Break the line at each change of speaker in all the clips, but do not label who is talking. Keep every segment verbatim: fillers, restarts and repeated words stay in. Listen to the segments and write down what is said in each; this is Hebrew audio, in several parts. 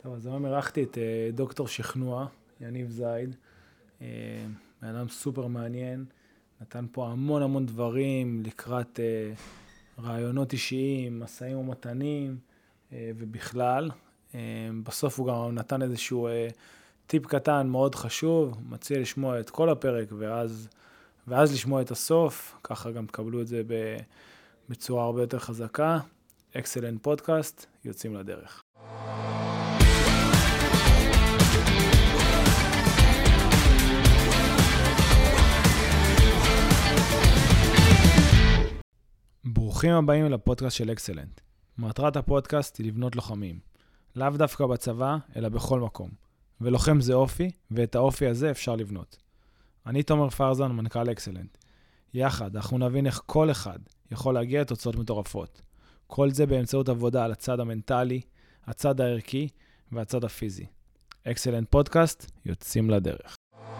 טוב, אז היום אירחתי את דוקטור שכנוע, יניב זייד, בן אדם סופר מעניין, נתן פה המון המון דברים לקראת רעיונות אישיים, מסעים ומתנים ובכלל. בסוף הוא גם נתן איזשהו טיפ קטן מאוד חשוב, מציע לשמוע את כל הפרק ואז, ואז לשמוע את הסוף, ככה גם תקבלו את זה בצורה הרבה יותר חזקה. אקסלנט פודקאסט, יוצאים לדרך. ברוכים הבאים לפודקאסט של אקסלנט. מטרת הפודקאסט היא לבנות לוחמים. לאו דווקא בצבא, אלא בכל מקום. ולוחם זה אופי, ואת האופי הזה אפשר לבנות. אני תומר פרזן, מנכ"ל אקסלנט. יחד, אנחנו נבין איך כל אחד יכול להגיע לתוצאות מטורפות. כל זה באמצעות עבודה על הצד המנטלי, הצד הערכי והצד הפיזי. אקסלנט פודקאסט, יוצאים לדרך.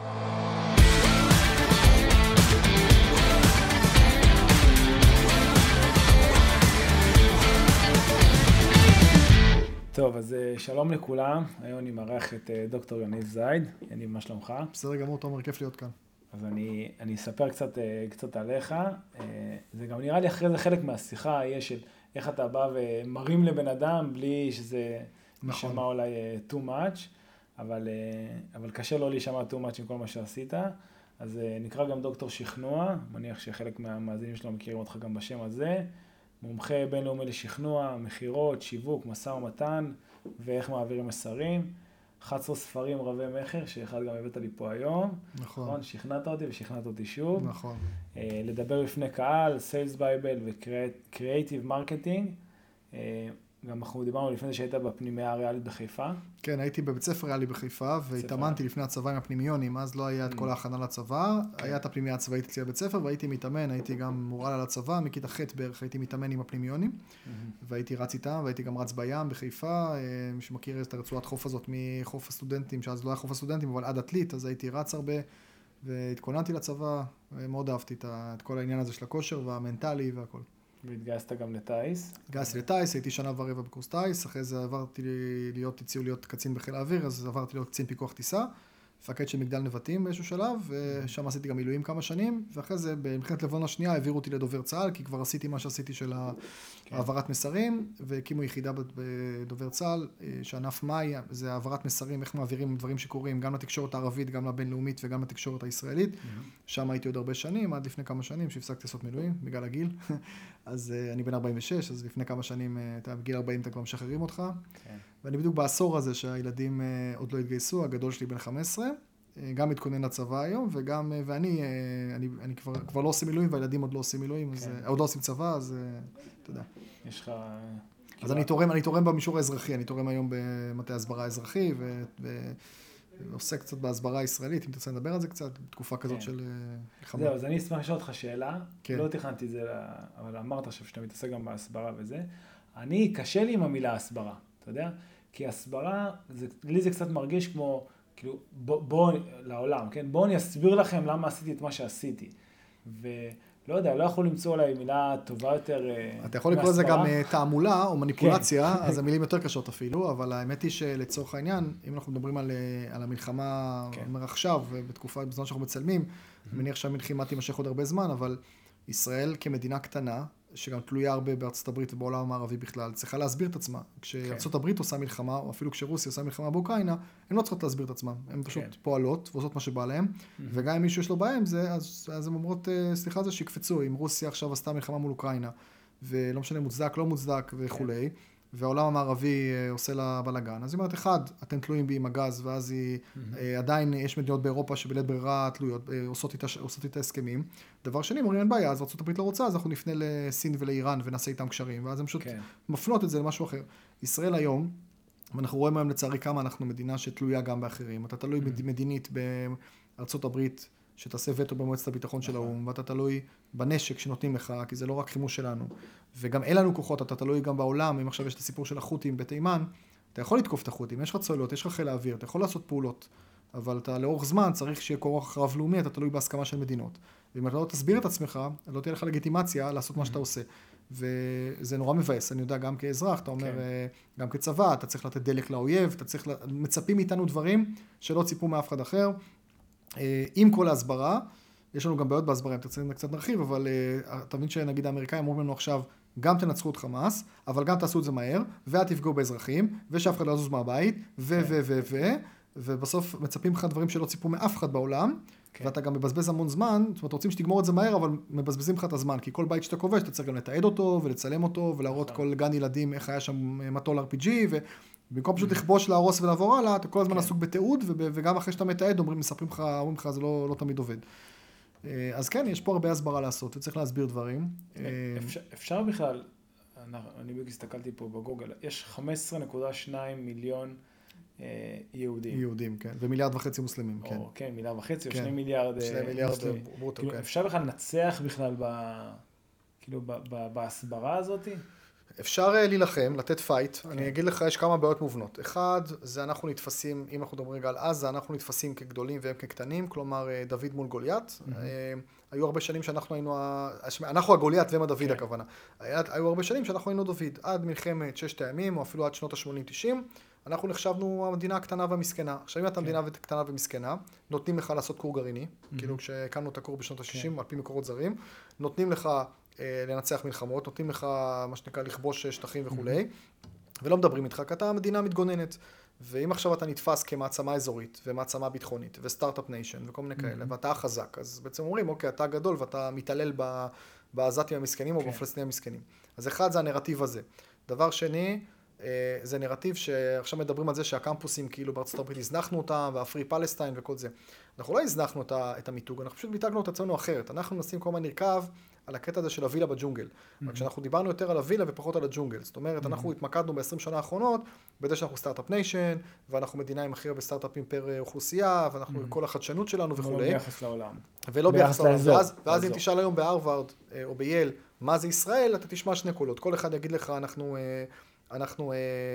טוב, אז שלום לכולם. היום אני מארח את דוקטור יניב זייד. יניב, מה שלומך?
בסדר גמור, תומר, כיף להיות כאן.
אז אני, אני אספר קצת, קצת עליך. זה גם נראה לי אחרי זה חלק מהשיחה, יהיה של איך אתה בא ומרים לבן אדם בלי שזה
נכון.
נשמע אולי too much, אבל, אבל קשה לא להישמע too much עם כל מה שעשית. אז נקרא גם דוקטור שכנוע, מניח שחלק מהמאזינים שלו מכירים אותך גם בשם הזה. מומחה בינלאומי לשכנוע, מחירות, שיווק, משא ומתן ואיך מעבירים מסרים. אחת עשרה ספרים רבי מחר, שאחד גם הבאת לי פה היום.
נכון.
נכון? שכנעת אותי ושכנעת אותי שוב.
נכון.
Uh, לדבר בפני קהל, Sales Bible ו-Creative Marketing. Uh, גם אנחנו דיברנו לפני זה שהיית בפנימייה הריאלית בחיפה.
כן, הייתי בבית ספר ריאלי בחיפה, והתאמנתי לפני הצבא עם הפנימיונים, אז לא היה את כל ההכנה לצבא. היה את הפנימייה הצבאית אצלי בבית ספר, והייתי מתאמן, הייתי גם מורל על הצבא, מכיתה ח' בערך הייתי מתאמן עם הפנימיונים, והייתי רץ איתם, והייתי גם רץ בים בחיפה, מי שמכיר את הרצועת חוף הזאת מחוף הסטודנטים, שאז לא היה חוף הסטודנטים, אבל עד עתלית, אז הייתי רץ הרבה, והתכוננתי לצבא, ומאוד אהבתי את כל העניין הזה של הכושר והמנטלי והכל.
והתגייסת גם לטייס?
התגייסתי לטייס, הייתי שנה ורבע בקורס טייס, אחרי זה עברתי להיות, הציעו להיות קצין בחיל האוויר, אז עברתי להיות קצין פיקוח טיסה, מפקד של מגדל נבטים באיזשהו שלב, ושם עשיתי גם מילואים כמה שנים, ואחרי זה במלחמת לבנון השנייה העבירו אותי לדובר צה"ל, כי כבר עשיתי מה שעשיתי של העברת מסרים, והקימו יחידה בדובר צה"ל, שענף מאי, זה העברת מסרים, איך מעבירים דברים שקורים, גם לתקשורת הערבית, גם לבינלאומית וגם לתקשורת הישראלית. שם הייתי עוד הרבה שנים, עד לפני כמה שנים, שהפסקתי לעשות מילואים, בגלל הגיל. אז אני בן ארבעים ושש, אז לפני כמה שנים, אתה בגיל ארבעים, אתה כבר משחררים אותך. ואני בדיוק בעשור הזה שהילדים עוד לא התגייסו, הגדול שלי בן חמש עשרה, גם מתכונן לצבא היום, וגם, ואני, אני, אני כבר, כבר לא עושה מילואים, והילדים עוד לא עושים מילואים, אז, עוד לא עושים צבא, אז אתה יודע.
יש לך...
אז אני תורם, אני תורם במישור האזרחי, אני תורם היום במטה הסברה האזרחי, ו... ועושה קצת בהסברה הישראלית, אם תרצה לדבר על זה קצת, בתקופה כזאת של מלחמה.
זהו, אז אני אשמח לשאול אותך שאלה, לא תכננתי את זה, אבל אמרת עכשיו שאתה מתעסק גם בהסברה וזה. אני, קשה לי עם המילה הסברה, אתה יודע? כי הסברה, לי זה קצת מרגיש כמו, כאילו, בוא, לעולם, כן? בואו אני אסביר לכם למה עשיתי את מה שעשיתי. ולא יודע, לא יכול למצוא עליי מילה טובה יותר מהסברה.
אתה יכול לקרוא לזה גם תעמולה או מניפולציה, אז המילים יותר קשות אפילו, אבל האמת היא שלצורך העניין, אם אנחנו מדברים על, על המלחמה, אומר עכשיו, בתקופה, בזמן שאנחנו מצלמים, אני מניח שהמלחמה תימשך עוד הרבה זמן, אבל ישראל כמדינה קטנה, שגם תלויה הרבה בארצות הברית ובעולם המערבי בכלל, צריכה להסביר את עצמה. כשארצות הברית עושה מלחמה, או אפילו כשרוסיה עושה מלחמה באוקראינה, הן לא צריכות להסביר את עצמן. הן פשוט פועלות ועושות מה שבא להם, וגם אם מישהו יש לו בעיה עם זה, אז, אז הן אומרות, סליחה זה שיקפצו, אם רוסיה עכשיו עשתה מלחמה מול אוקראינה, ולא משנה מוצדק, לא מוצדק וכולי, והעולם המערבי עושה לה בלגן. אז היא אומרת, אחד, אתם תלויים בי עם הגז, ואז היא, עדיין יש מדינות באירופה שבלית ברירה תלויות, עושות איתה, עושות איתה הסכמים. דבר שני, אומרים, אין בעיה, אז ארצות הברית לא רוצה, אז אנחנו נפנה לסין ולאיראן ונעשה איתם קשרים, ואז הם פשוט מפנות את זה למשהו אחר. ישראל היום, ואנחנו רואים היום לצערי כמה אנחנו מדינה שתלויה גם באחרים. אתה תלוי מדינית בארצות הברית, שתעשה וטו במועצת הביטחון של האו"ם, ואתה תלוי בנשק שנותנים לך, כי זה לא רק חימוש שלנו. וגם אין לנו כוחות, אתה תלוי גם בעולם, אם עכשיו יש את הסיפור של החות'ים בתימן, אתה יכול לתקוף את החות'ים, יש לך צוללות, יש לך חיל האוויר, אתה יכול לעשות פעולות, אבל אתה לאורך זמן צריך שיהיה כוח רב-לאומי, אתה תלוי בהסכמה של מדינות. ואם אתה לא תסביר את עצמך, לא תהיה לך לגיטימציה לעשות מה שאתה עושה. וזה נורא מבאס, אני יודע, גם כאזרח, אתה אומר, כן. גם כצבא, אתה צריך לתת דלק לאויב, אתה צריך, מצפים מאיתנו דברים שלא ציפו מאף אחד אחר. עם כל ההסברה, יש לנו גם בעיות בהסברה, אם תרצה קצת נרחיב, אבל אתה מבין שנגיד האמריקאים אומרים לנו עכשיו, גם תנצחו את חמאס, אבל גם תעשו את זה מהר, ואל תפגעו באזרחים, ושאף אחד לא יזוז מהבית, ו, ו, ו, ו, ובסוף מצפים לך דברים שלא ציפו מאף אחד בעולם, ואתה גם מבזבז המון זמן, זאת אומרת, רוצים שתגמור את זה מהר, אבל מבזבזים לך את הזמן, כי כל בית שאתה כובש, אתה צריך גם לתעד אותו, ולצלם אותו, ולהראות כל גן ילדים, איך היה שם מטול אר פי ג'י, ובמקום פשוט לכבוש, להרוס ולעבור הלאה, אתה כל הזמן עסוק בתיעוד, וגם אחרי שאתה מתעד, אומרים, מספרים לך, אומרים לך, זה לא, לא תמיד עובד. אז כן, יש פה הרבה הסברה לעשות, וצריך להסביר דברים.
אפשר, אפשר בכלל, אני בדיוק הסתכלתי פה בגוגל, יש חמש עשרה נקודה שתיים מיליון יהודים.
יהודים, כן. ומיליארד וחצי מוסלמים, כן.
או, כן, מיליארד וחצי, או שני מיליארד
מוסלמים.
כאילו, אפשר בכלל לנצח בכלל ב, כאילו, ב, ב, בהסברה הזאת?
אפשר להילחם, לתת פייט. אני אגיד לך, יש כמה בעיות מובנות. אחד, זה אנחנו נתפסים, אם אנחנו מדברים רגע על עזה, אנחנו נתפסים כגדולים והם כקטנים, כלומר, דוד מול גוליית. היו הרבה שנים שאנחנו היינו, אנחנו הגוליית והם הדוד הכוונה. היו הרבה שנים שאנחנו היינו דוד, עד מלחמת ששת הימים, או אפילו עד שנות ה-שמונים תשעים. אנחנו נחשבנו המדינה הקטנה והמסכנה. עכשיו אם אתה מדינה קטנה ומסכנה, נותנים לך לעשות קור גרעיני, כאילו כשהקמנו את הקור בשנות ה-שישים, על פי מקורות זרים, נותנים לך לנצח מלחמות, נותנים לך מה שנקרא לכבוש שטחים וכולי, ולא מדברים איתך, כי אתה מדינה מתגוננת. ואם עכשיו אתה נתפס כמעצמה אזורית, ומעצמה ביטחונית, וסטארט-אפ ניישן, וכל מיני כאלה, ואתה חזק, אז בעצם אומרים, אוקיי, אתה גדול, ואתה מתעלל בעזתים המסכנים, או בפלסטינים המסכנים. אז אחד זה הנרטיב הזה. דבר שני, זה נרטיב שעכשיו מדברים על זה שהקמפוסים כאילו בארצות הברית הזנחנו אותם, והפרי פלסטיין וכל זה. אנחנו לא הזנחנו את המיתוג, אנחנו פשוט מיתגנו את עצמנו אחרת. אנחנו נשים כל הזמן נרכב על הקטע הזה של הווילה בג'ונגל. רק כשאנחנו דיברנו יותר על הווילה ופחות על הג'ונגל. זאת אומרת, אנחנו התמקדנו ב-עשרים שנה האחרונות, בזה שאנחנו סטארט-אפ ניישן, ואנחנו מדינה עם הכי הרבה סטארט-אפים פר אוכלוסייה, ואנחנו עם כל החדשנות שלנו וכו'.
ולא ביחס לעולם.
ולא ביחס לעולם. ואז אם תשאל היום בהרווארד או בייל, מה זה ישראל, אתה תשמע שני קולות. כל אחד יגיד לך, אנחנו אנחנו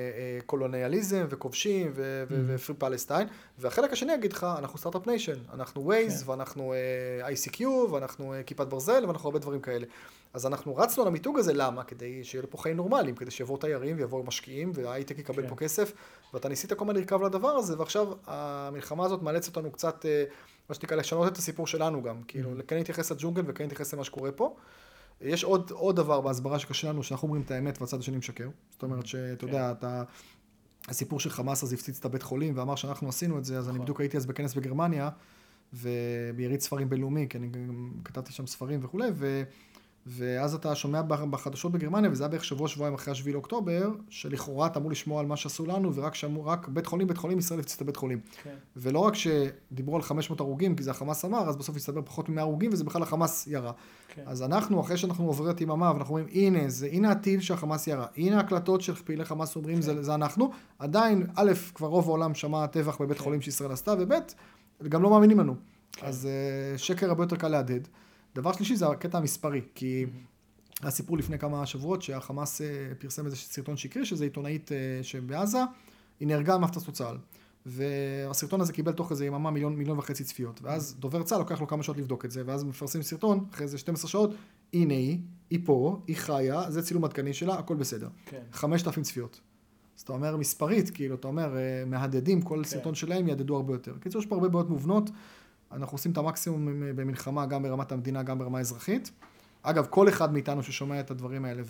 קולוניאליזם וכובשים ופרי פלסטיין, והחלק השני יגיד לך, אנחנו סטארט-אפ ניישן, אנחנו ווייז, ואנחנו איי סי קיו, ואנחנו כיפת ברזל, ואנחנו הרבה דברים כאלה. אז אנחנו רצנו על המיתוג הזה, למה? כדי שיהיה פה חיים נורמליים, כדי שיבואו תיירים ויבואו משקיעים, וההייטק יקבל פה כסף, ואתה ניסית כל מיני לרכב לדבר הזה, ועכשיו המלחמה הזאת מאלצת אותנו קצת, מה שנקרא, לשנות את הסיפור שלנו גם, כאילו, כן להתייחס לג'ונגל וכן להתייחס למה שקורה פה. יש עוד, עוד דבר בהסברה שקשה לנו, שאנחנו אומרים את האמת והצד השני משקר. זאת אומרת שאתה יודע, אתה, הסיפור של חמאס אז הפציץ את הבית חולים ואמר שאנחנו עשינו את זה, אז אני בדיוק הייתי אז בכנס בגרמניה, וביריד ספרים בינלאומי, כי אני גם כתבתי שם ספרים וכולי, ו... ואז אתה שומע בחדשות בגרמניה, וזה היה בערך שבוע שבועיים אחרי השביעי לאוקטובר, שלכאורה אתה אמור לשמוע על מה שעשו לנו, ורק שאמרו, רק בית חולים, בית חולים, ישראל הפציץ את הבית חולים. כן. ולא רק שדיברו על חמש מאות הרוגים, כי זה החמאס אמר, אז בסוף הסתבר פחות מ-מאה הרוגים, וזה בכלל החמאס ירה. כן. אז אנחנו, אחרי שאנחנו עוברים את יממה, ואנחנו אומרים, הנה, זה, הנה הטיל שהחמאס ירה, הנה הקלטות של פעילי חמאס אומרים, כן. זה, זה אנחנו. עדיין, א', כבר רוב העולם שמע טבח בבית כן. חולים שישראל עשתה, וב', גם לא מאמינים לנו. כן. אז שקר הרבה יותר קל להדהד. דבר שלישי זה הקטע המספרי, כי mm-hmm. הסיפור לפני כמה שבועות שהחמאס פרסם איזה סרטון שקרי, שזה עיתונאית שבעזה, היא נהרגה ממבצע צה"ל. והסרטון הזה קיבל תוך איזה יממה מיליון, מיליון וחצי צפיות. ואז דובר צה"ל לוקח לו כמה שעות לבדוק את זה, ואז מפרסמים סרטון, אחרי איזה שתים עשרה שעות, הנה היא, היא פה, היא חיה, זה צילום עדכני שלה, הכל בסדר. כן. חמשת אלפים צפיות. אז אתה אומר מספרית, כאילו, אתה אומר, מהדדים, כל כן. סרטון שלהם ידדו הרבה יותר. קיצור, יש פה הרבה בעיות מובנות. אנחנו עושים את המקסימום במלחמה, גם ברמת המדינה, גם ברמה האזרחית. אגב, כל אחד מאיתנו ששומע את הדברים האלה,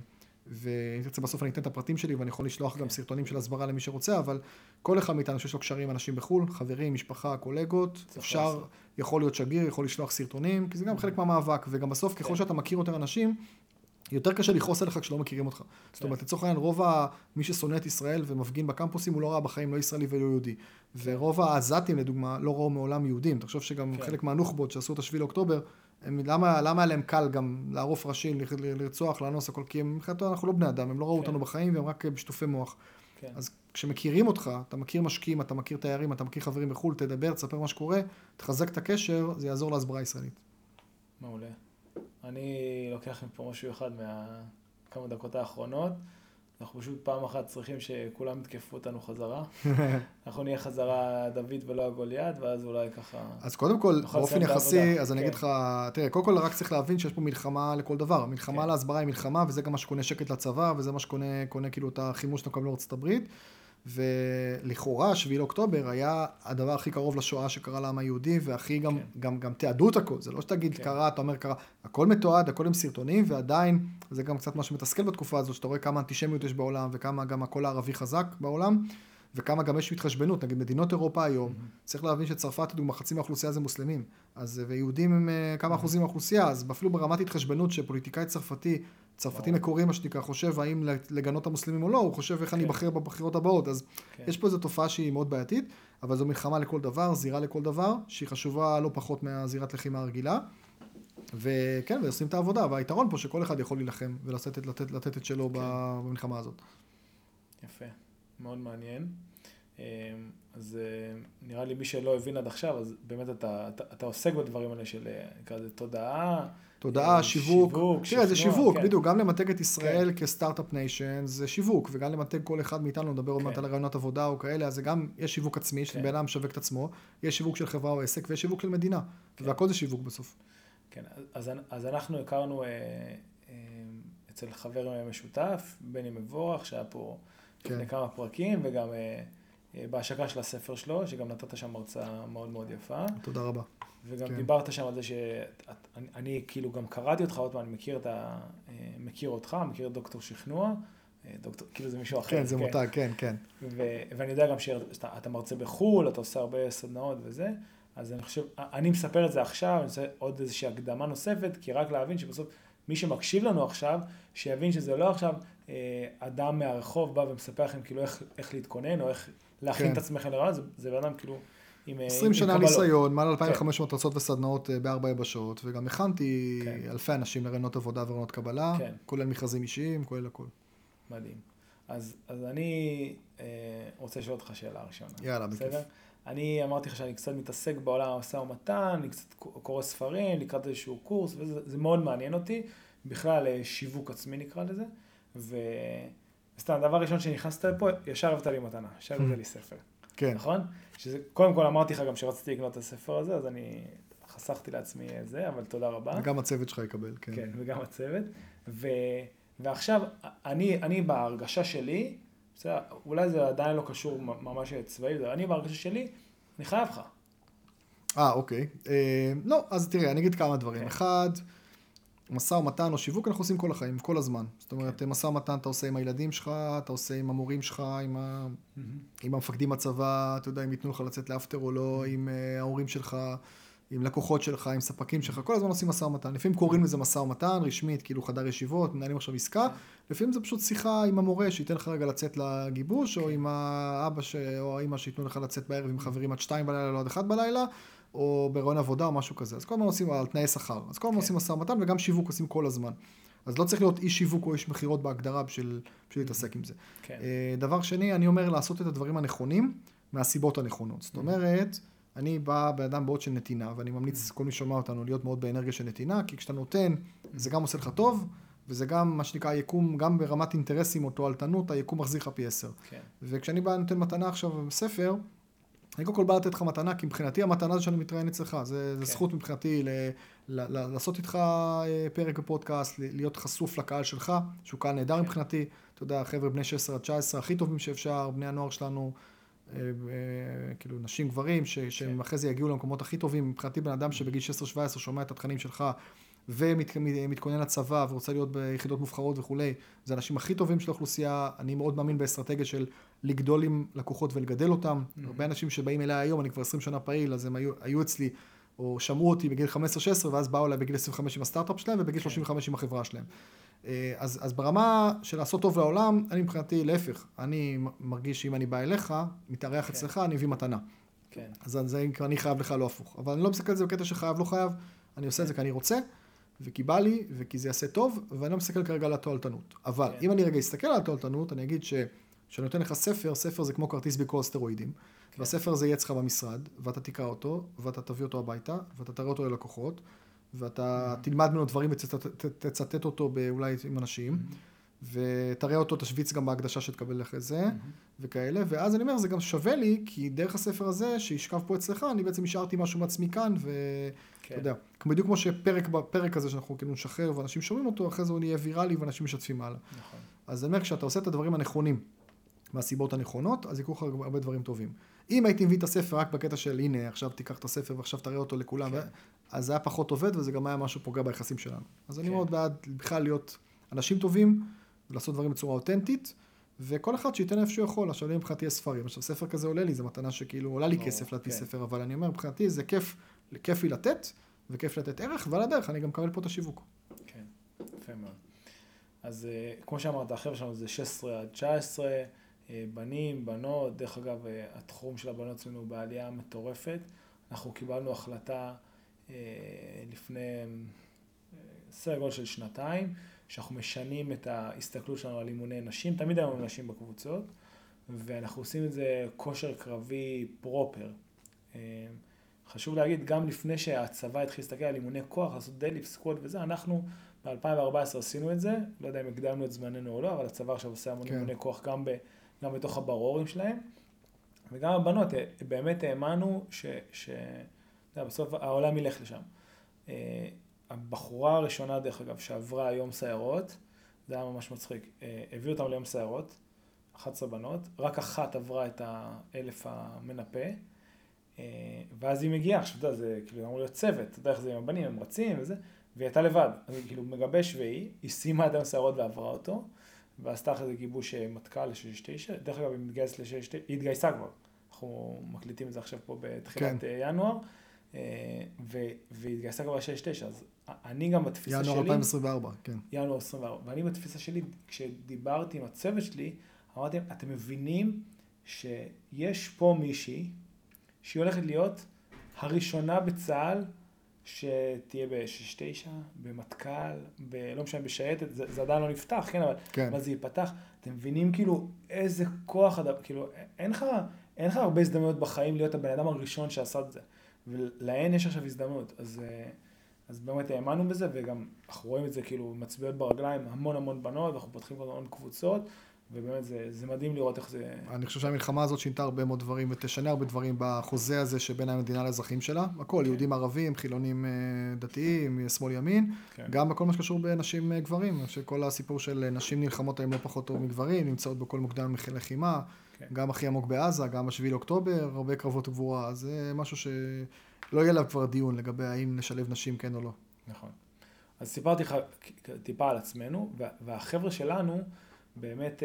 ואם תרצה בסוף אני אתן את הפרטים שלי, ואני יכול לשלוח גם סרטונים של הסברה למי שרוצה, אבל כל אחד מאיתנו שיש לו קשרים אנשים בחו"ל, חברים, משפחה, קולגות, אפשר, יכול להיות שגיר, יכול לשלוח סרטונים, כי זה גם חלק מהמאבק, וגם בסוף ככל שאתה מכיר יותר אנשים, יותר קשה לכעוס עליך כשלא מכירים אותך. זאת אומרת, לצורך העניין, רוב מי ששונא את ישראל ומפגין בקמפוסים, הוא לא ראה בחיים לא ישראלי ולא יהודי. ורוב העזתים, לדוגמה, לא ראו מעולם יהודים. אתה חושב שגם חלק מהנוח'בות שעשו את השביעי לאוקטובר, למה עליהם קל גם לערוף ראשים, לרצוח, לאנוס, הכל? כי אנחנו לא בני אדם, הם לא ראו אותנו בחיים והם רק בשטופי מוח. אז כשמכירים אותך, אתה מכיר משקיעים, אתה מכיר תיירים, אתה מכיר חברים בחו"ל, תדבר, תספר מה שקורה, תחזק את הקשר, זה יעזור להסברה הישראלית.
מעולה. אני לוקח מפה משהו אחד מהכמה דקות האחרונות. אנחנו פשוט פעם אחת צריכים שכולם יתקפו אותנו חזרה. אנחנו נהיה חזרה דוד ולא הגוליית, ואז אולי ככה...
אז קודם כל, באופן יחסי, אז אני אגיד לך, תראה, קודם כל רק צריך להבין שיש פה מלחמה לכל דבר. מלחמה להסברה היא מלחמה, וזה גם מה שקונה שקט לצבא, וזה מה שקונה כאילו את החימוש שאתה מקבל לארצות הברית. ולכאורה, שביעי לאוקטובר היה הדבר הכי קרוב לשואה שקרה לעם היהודי, והכי גם, כן. גם, גם תיעדו את הכל. זה לא שתגיד כן. קרה, אתה אומר קרה, הכל מתועד, הכל עם סרטונים, ועדיין, זה גם קצת מה שמתסכל בתקופה הזאת, שאתה רואה כמה אנטישמיות יש בעולם, וכמה גם הקול הערבי חזק בעולם, וכמה גם יש מתחשבנות, נגיד מדינות אירופה היום, mm-hmm. צריך להבין שצרפת, לדוגמה, חצי מהאוכלוסייה זה מוסלמים, אז, ויהודים הם כמה mm-hmm. אחוזים מהאוכלוסייה, אז אפילו ברמת התחשבנות שפוליטיקאי צרפתי, צרפתי מקורי, מה שנקרא, חושב האם לגנות המוסלמים או לא, הוא חושב איך אני אבחר בבחירות הבאות, אז יש פה איזו תופעה שהיא מאוד בעייתית, אבל זו מלחמה לכל דבר, זירה לכל דבר, שהיא חשובה לא פחות מהזירת לחימה הרגילה, וכן, ועושים את העבודה, והיתרון פה שכל אחד יכול להילחם ולתת לתת, לתת את שלו במלחמה הזאת.
יפה, מאוד מעניין. אז נראה לי מי שלא הבין עד עכשיו, אז באמת אתה, אתה, אתה עוסק בדברים האלה של כזה תודעה,
תודעה, שיווק, תראה, זה שיווק, בדיוק, גם למתג את ישראל כסטארט-אפ ניישן, זה שיווק, וגם למתג כל אחד מאיתנו, נדבר עוד מעט על רעיונות עבודה או כאלה, אז זה גם, יש שיווק עצמי, שבן אדם משווק את עצמו, יש שיווק של חברה או עסק, ויש שיווק של מדינה, והכל זה שיווק בסוף.
כן, אז אנחנו הכרנו אצל חבר משותף, בני מבורך, שהיה פה לפני כמה פרקים, וגם בהשקה של הספר שלו, שגם נתת שם הרצאה מאוד מאוד יפה.
תודה רבה.
וגם כן. דיברת שם על זה שאני אני, כאילו גם קראתי אותך עוד פעם, אני מכיר, את ה, מכיר אותך, מכיר את דוקטור שכנוע, דוקטור, כאילו זה מישהו אחר.
כן, זה כן. מותג, כן, כן.
ו, ואני יודע גם שאתה מרצה בחול, אתה עושה הרבה סדנאות וזה, אז אני חושב, אני מספר את זה עכשיו, אני עושה עוד איזושהי הקדמה נוספת, כי רק להבין שבסוף מי שמקשיב לנו עכשיו, שיבין שזה לא עכשיו אדם מהרחוב בא ומספר לכם כאילו איך, איך להתכונן, או איך להכין כן. את עצמכם לרעיון, זה, זה אדם כאילו...
עשרים שנה ניסיון, מעל אלפיים וחמש מאות הרצאות וסדנאות בארבע יבשות, וגם הכנתי אלפי אנשים לרעיונות עבודה ורעיונות קבלה, כולל מכרזים אישיים, כולל הכל.
מדהים. אז אני רוצה לשאול אותך שאלה ראשונה.
יאללה, בכיף.
אני אמרתי לך שאני קצת מתעסק בעולם המשא ומתן, אני קצת קורא ספרים, לקראת איזשהו קורס, וזה מאוד מעניין אותי, בכלל שיווק עצמי נקרא לזה, וסתם, הדבר הראשון שנכנסת לפה, ישר הבאת לי מתנה, ישר הבאת לי ספר.
כן.
נכון? שזה, קודם כל אמרתי לך גם שרציתי לקנות את הספר הזה, אז אני חסכתי לעצמי את זה, אבל תודה רבה.
וגם הצוות שלך יקבל, כן.
כן, וגם הצוות. ו, ועכשיו, אני, אני בהרגשה שלי, בסדר, אולי זה עדיין לא קשור ממש צבאי, אני בהרגשה שלי, אני חייב לך.
אה, אוקיי. אה, לא, אז תראה, אני אגיד כמה דברים. אחד, משא ומתן או שיווק אנחנו עושים כל החיים, כל הזמן. זאת אומרת, משא ומתן אתה עושה עם הילדים שלך, אתה עושה עם המורים שלך, עם, ה... עם המפקדים בצבא, אתה יודע, אם ייתנו לך לצאת לאפטר או לא, עם ההורים שלך, עם לקוחות שלך, עם ספקים שלך, כל הזמן עושים משא ומתן. לפעמים קוראים לזה משא ומתן, רשמית, כאילו חדר ישיבות, מנהלים עכשיו עסקה, לפעמים זה פשוט שיחה עם המורה, שייתן לך רגע לצאת לגיבוש, או עם האבא ש... או האמא שייתנו לך לצאת בערב עם חברים עד שתיים בלילה, לא עד אחד בלילה, או ברעיון עבודה או משהו כזה. אז כל הזמן עושים על תנאי שכר. אז כל הזמן עושים משא ומתן, וגם שיווק עושים כל הזמן. אז לא צריך להיות איש שיווק או איש מחירות בהגדרה בשביל להתעסק עם זה. דבר שני, אני אומר לעשות את הדברים הנכונים מהסיבות הנכונות. זאת אומרת, אני בא באדם בעוד של נתינה, ואני ממליץ כל מי שומע אותנו להיות מאוד באנרגיה של נתינה, כי כשאתה נותן, זה גם עושה לך טוב, וזה גם מה שנקרא היקום, גם ברמת אינטרסים או תועלתנות, היקום מחזיר לך פי עשר. וכשאני בא נותן מתנה עכשיו בספר, אני קודם כל בא לתת לך מתנה, כי מבחינתי המתנה זה שאני מתראיין אצלך, זה, זה זכות מבחינתי ל, ל, ל, לעשות איתך פרק בפודקאסט, להיות חשוף לקהל שלך, שהוא קהל נהדר מבחינתי, אתה יודע, חבר'ה בני שש עשרה עד תשע עשרה, הכי טובים שאפשר, בני הנוער שלנו, כאילו נשים גברים, שהם אחרי זה יגיעו למקומות הכי טובים, מבחינתי בן אדם שבגיל שש עשרה שבע עשרה שומע את התכנים שלך, ומתכונן לצבא ורוצה להיות ביחידות מובחרות וכולי, זה האנשים הכי טובים של האוכלוסייה, אני מאוד מאמין באסטרטגיה של לגדול עם לקוחות ולגדל אותם, mm-hmm. הרבה אנשים שבאים אליי היום, אני כבר עשרים שנה פעיל, אז הם היו, היו אצלי, או שמעו אותי בגיל חמש עשרה שש עשרה, ואז באו אליי בגיל עשרים וחמש עם הסטארט-אפ שלהם, ובגיל okay. שלושים וחמש עם החברה שלהם. אז, אז ברמה של לעשות טוב לעולם, אני מבחינתי להפך, אני מרגיש שאם אני בא אליך, מתארח okay. אצלך, אני אביא מתנה. Okay. אז זה אני חייב לך לא הפוך. אבל אני לא מסתכל על זה בקטע שחייב לא חייב, אני עושה okay. את זה כי אני רוצה, וכי בא לי, וכי זה יעשה טוב, ואני לא מסתכל כרגע על התועלתנות. אבל okay. אם אני רגע אסתכל על התועלתנות, אני אגיד ש... כשאני נותן לך ספר, ספר זה כמו כרטיס ביקור סטרואידים, okay. והספר זה יהיה אצלך במשרד, ואתה תקרא אותו, ואתה תביא אותו הביתה, ואתה תראה אותו ללקוחות, ואתה mm-hmm. תלמד ממנו דברים ותצטט אותו אולי עם אנשים, mm-hmm. ותראה אותו, תשוויץ גם בהקדשה שתקבל אחרי זה, וכאלה, ואז אני אומר, זה גם שווה לי, כי דרך הספר הזה, שישכב פה אצלך, אני בעצם השארתי משהו מעצמי כאן, ואתה יודע, בדיוק כמו שפרק בפרק הזה, שאנחנו כאילו נשחרר, ואנשים שומעים אותו, אחרי זה הוא נהיה ויראלי, ואנשים משתפים הלאה. אז אני אומר, כשאתה עושה את הדברים הנכונים, מהסיבות הנכונות, אז יקרו לך הרבה דברים טובים. אם הייתי מביא את הספר רק בקטע של, הנה, עכשיו תיקח את הספר, ועכשיו תראה אותו לכולם, אז זה היה פחות עובד, וזה גם היה משהו פוגע ביחסים שלנו. אז אני מאוד בעד בכלל להיות אנשים טובים, ולעשות דברים בצורה אותנטית, וכל אחד שייתן איפה שהוא יכול. עכשיו, מבחינתי יש ספרים. עכשיו, ספר כזה עולה לי, זו מתנה שכאילו עולה לי כסף להדפיס ספר, אבל אני אומר, מבחינתי זה כיף, כיף לי לתת, וכיף לתת ערך, ועל הדרך אני גם מקבל פה את השיווק.
כן, יפה מאוד. אז כמו שאמרת, החבר'ה שלנו זה שש עשרה עד תשע עשרה, בנים, בנות, דרך אגב, התחום של הבנות אצלנו הוא בעלייה מטורפת. אנחנו קיבלנו החלטה לפני סדר גודל של שנתיים, שאנחנו משנים את ההסתכלות שלנו על אימוני נשים, תמיד היום נשים בקבוצות, ואנחנו עושים את זה כושר קרבי פרופר. חשוב להגיד, גם לפני שהצבא התחיל להסתכל על אימוני כוח, לעשות דדליפט, סקוואט וזה, אנחנו ב-אלפיים וארבע עשרה עשינו את זה, לא יודע אם הקדמנו את זמננו או לא, אבל הצבא עכשיו עושה המון אימוני כוח גם, ב, גם בתוך הברורים שלהם, וגם הבנות, באמת האמנו ש, ש, יודע, בסוף העולם ילך לשם. הבחורה הראשונה, דרך אגב, שעברה היום סיירות, זה היה ממש מצחיק, הביאו אותם ליום סיירות, אחת עשרה בנות, רק אחת עברה את האלף המנפה, ואז היא מגיעה, עכשיו, אתה יודע, זה כאילו אמור להיות צוות, אתה יודע איך זה עם הבנים, הם רצים וזה, והיא הייתה לבד, אז היא כאילו מגבש והיא, היא סיימה את היום סיירות ועברה אותו, ועשתה אחרי זה גיבוש מטכ"ל ל-שש תשע, דרך אגב, היא מתגייסת ל-שש תשע, היא התגייסה כבר, אנחנו מקליטים את זה עכשיו פה בתחילת ינואר, והתגייסה כבר ל-שש תשע, אז אני גם בתפיסה שלי...
ינואר אלפיים עשרים וארבע, כן.
ינואר עשרים וארבע, ואני בתפיסה שלי, כשדיברתי עם הצוות שלי, אמרתי, אתם מבינים שיש פה מישהי, שהיא הולכת להיות הראשונה בצה"ל, שתהיה ב-שש תשע, במטכ"ל, ב- לא משנה, בשייטת, זה, זה עדיין לא נפתח, כן, אבל
כן.
מה זה ייפתח? אתם מבינים כאילו איזה כוח, כאילו, אין לך, אין לך הרבה הזדמנויות בחיים להיות הבן אדם הראשון שעשה את זה, ולהן יש עכשיו הזדמנות, אז, אז באמת האמנו בזה, וגם אנחנו רואים את זה כאילו מצביעות ברגליים, המון המון בנות, ואנחנו פותחים המון קבוצות, ובאמת זה, זה מדהים לראות איך זה...
אני חושב שהמלחמה הזאת שינתה הרבה מאוד דברים, ותשנה הרבה דברים בחוזה הזה שבין המדינה לאזרחים שלה. הכל, כן. יהודים ערבים, חילונים דתיים, שמאל ימין, כן. גם בכל מה שקשור בנשים גברים, שכל הסיפור של נשים נלחמות היום לא פחות טוב מגברים, נמצאות בכל מוקדם לחימה, כן. גם הכי עמוק בעזה, גם השביעי לאוקטובר, הרבה קרבות גבורה, זה משהו שלא יהיה לה כבר דיון לגבי האם נשלב נשים כן או לא.
נכון. אז סיפרתי לך טיפה על עצמנו, והחבר'ה שלנו, באמת אה,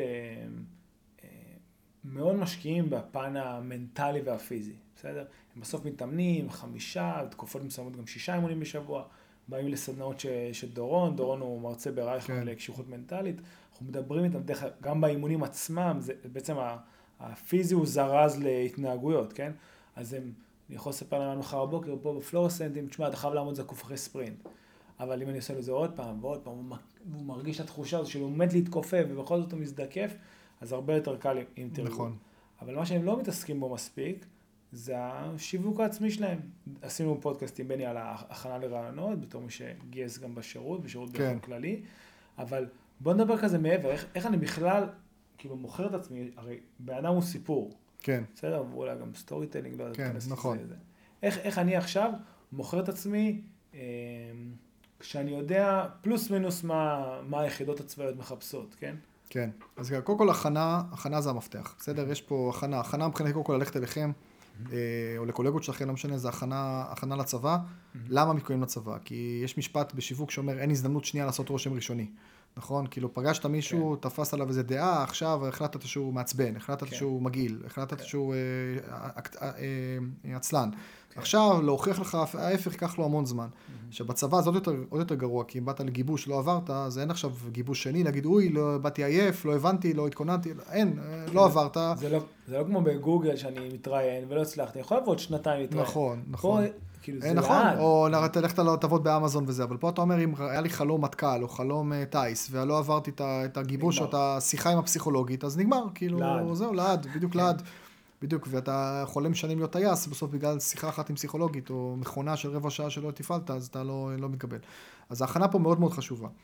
אה, מאוד משקיעים בפן המנטלי והפיזי, בסדר? הם בסוף מתאמנים, חמישה, בתקופות מסוימות גם שישה אימונים בשבוע, באים לסדנאות ש, של דורון, דורון הוא מרצה ברייכמן כן. לקשיחות מנטלית, אנחנו מדברים איתם, דרך, גם באימונים עצמם, זה בעצם הפיזי הוא זרז להתנהגויות, כן? אז הם, אני יכול לספר להם מחר הבוקר, פה בפלורסנטים, תשמע, אתה חייב לעמוד זקוף אחרי ספרינט. אבל אם אני עושה לזה עוד פעם ועוד פעם, הוא מרגיש את התחושה הזו שהוא עומד להתכופף ובכל זאת הוא מזדקף, אז הרבה יותר קל עם תרגול. נכון. אבל מה שהם לא מתעסקים בו מספיק, זה השיווק העצמי שלהם. עשינו פודקאסט עם בני על ההכנה לרעיונות, בתור מי שגייס גם בשירות, בשירות כן. באופן כללי, אבל בוא נדבר כזה מעבר, איך, איך אני בכלל, כאילו מוכר את עצמי, הרי באדם הוא סיפור.
כן.
בסדר? ואולי גם סטורי טלינג, לא יודע,
כן, נכון.
זה. איך, איך אני עכשיו מוכר את עצמי, כשאני יודע פלוס מינוס מה, מה היחידות הצבאיות מחפשות, כן?
כן. אז קודם כל, הכנה, הכנה זה המפתח. בסדר? יש פה הכנה. הכנה מבחינת קודם כל ללכת אליכם, או לקולגות שלכם, לא משנה, זה הכנה, הכנה לצבא. למה מתכוננים לצבא? כי יש משפט בשיווק שאומר, אין הזדמנות שנייה לעשות רושם ראשוני. נכון? כאילו פגשת מישהו, תפסת עליו איזה דעה, עכשיו החלטת שהוא מעצבן, החלטת שהוא מגעיל, החלטת שהוא עצלן. עכשיו, להוכיח לך ההפך, ייקח לו המון זמן. שבצבא זה עוד יותר, עוד יותר גרוע, כי אם באת לגיבוש, לא עברת, אז אין עכשיו גיבוש שני, להגיד, אוי, לא באתי עייף, לא הבנתי, לא התכוננתי, אין, לא עברת.
זה לא, זה לא כמו בגוגל שאני מתראיין ולא הצלחתי, אני יכול לעבוד שנתיים להתראיין.
נכון, נכון.
כאילו זה
נכון, או תלכת לעבוד באמזון וזה, אבל פה אתה אומר, אם היה לי חלום מטכ"ל או חלום טייס, ולא עברתי את הגיבוש או את השיחה עם הפסיכולוגית, אז נגמר, כאילו, זהו, לעד, בדיוק לעד. בדיוק, ואתה חולם שנים להיות טייס, בסוף בגלל שיחה אחת עם פסיכולוגית, או מכונה של רבע שעה שלא תפעלת, אז אתה לא, לא מתקבל. אז ההכנה פה מאוד מאוד חשובה.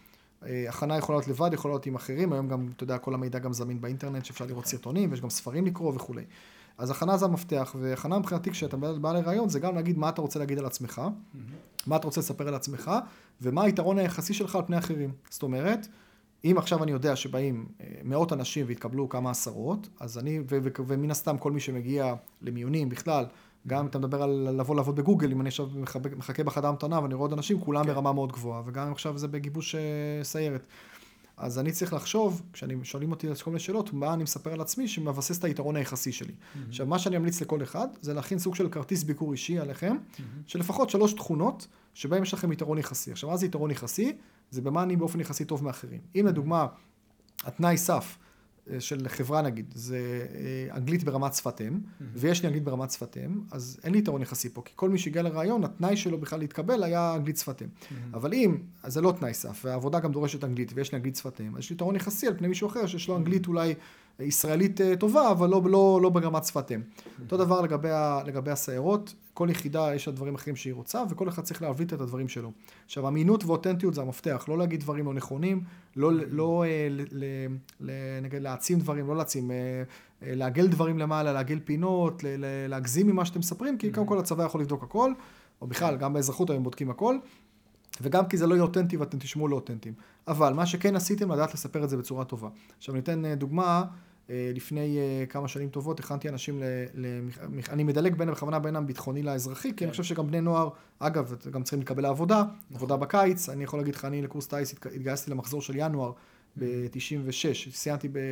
הכנה יכולה להיות לבד, יכולה להיות עם אחרים, היום גם, אתה יודע, כל המידע גם זמין באינטרנט, שאפשר לראות סרטונים, ויש גם ספרים לקרוא וכו'. אז הכנה זה המפתח, והכנה מבחינתי כשאתה בא לרעיון, זה גם להגיד מה אתה רוצה להגיד על עצמך, מה אתה רוצה לספר על עצמך, ומה היתרון היחסי שלך על פני אחרים. זאת אומרת, אם עכשיו אני יודע שבאים מאות אנשים והתקבלו כמה עשרות, אז אני, ומן הסתם כל מי שמגיע למיונים בכלל, גם אתה מדבר על לבוא לעבוד בגוגל, אם אני עכשיו מחכה בחדר המתנה ואני רואה עוד אנשים, כולם ברמה מאוד גבוהה, וגם אם עכשיו זה בגיבוש סיירת. אז אני צריך לחשוב, כשאני שואלים אותי כל מיני שאלות, מה אני מספר על עצמי שמבסס את היתרון היחסי שלי. עכשיו, מה שאני אמליץ לכל אחד, זה להכין סוג של כרטיס ביקור אישי עליכם, שלפחות שלוש תכונות, שבהם יש לכם יתרון יחסי. עכשיו, מה זה יתרון יחסי? זה במה אני באופן יחסי טוב מאחרים. אם לדוגמה, התנאי סף של חברה נגיד, זה אנגלית ברמת שפת אם, ויש לי אנגלית ברמת שפת אם, אז אין לי יתרון יחסי פה, כי כל מי שהגיע לרעיון, התנאי שלו בכלל להתקבל היה אנגלית שפת אם. אבל אם, אז זה לא תנאי סף, והעבודה גם דורשת אנגלית, ויש לי אנגלית שפת אם, אז יש לי יתרון יחסי על פני מישהו אחר, שיש לו אנגלית אולי ישראלית טובה, אבל לא, לא, לא ברמת שפת אם. אותו דבר לגבי, לגבי הסיירות, כל יחידה יש לה דברים אחרים שהיא רוצה, וכל אחד צריך להבליט את הדברים שלו. עכשיו, אמינות ואותנטיות זה המפתח, לא להגיד דברים לא נכונים, לא, לא ל, ל, נגיד, להעצים דברים, לא להעצים, לעגל דברים למעלה, לעגל פינות, להגזים ממה שאתם מספרים, כי קודם כל הצבא יכול לבדוק הכל, או בכלל, גם באזרחות היום בודקים הכל, וגם כי זה לא יהיה אותנטי ואתם תשמעו לא אותנטיים. אבל מה שכן עשיתם, לדעת לספר את זה בצורה טובה. עכשיו, ניתן דוגמה, לפני כמה שנים טובות, הכנתי אנשים, ל, ל, אני מדלג בין, בכוונה בין הביטחוני לאזרחי, כי אני חושב שגם בני נוער, אגב, גם צריכים לקבל לעבודה, עבודה בקיץ, אני יכול להגיד לך, אני לקורס טייס התגייסתי למחזור של ינואר ב-תשעים ושש, סיימתי ב...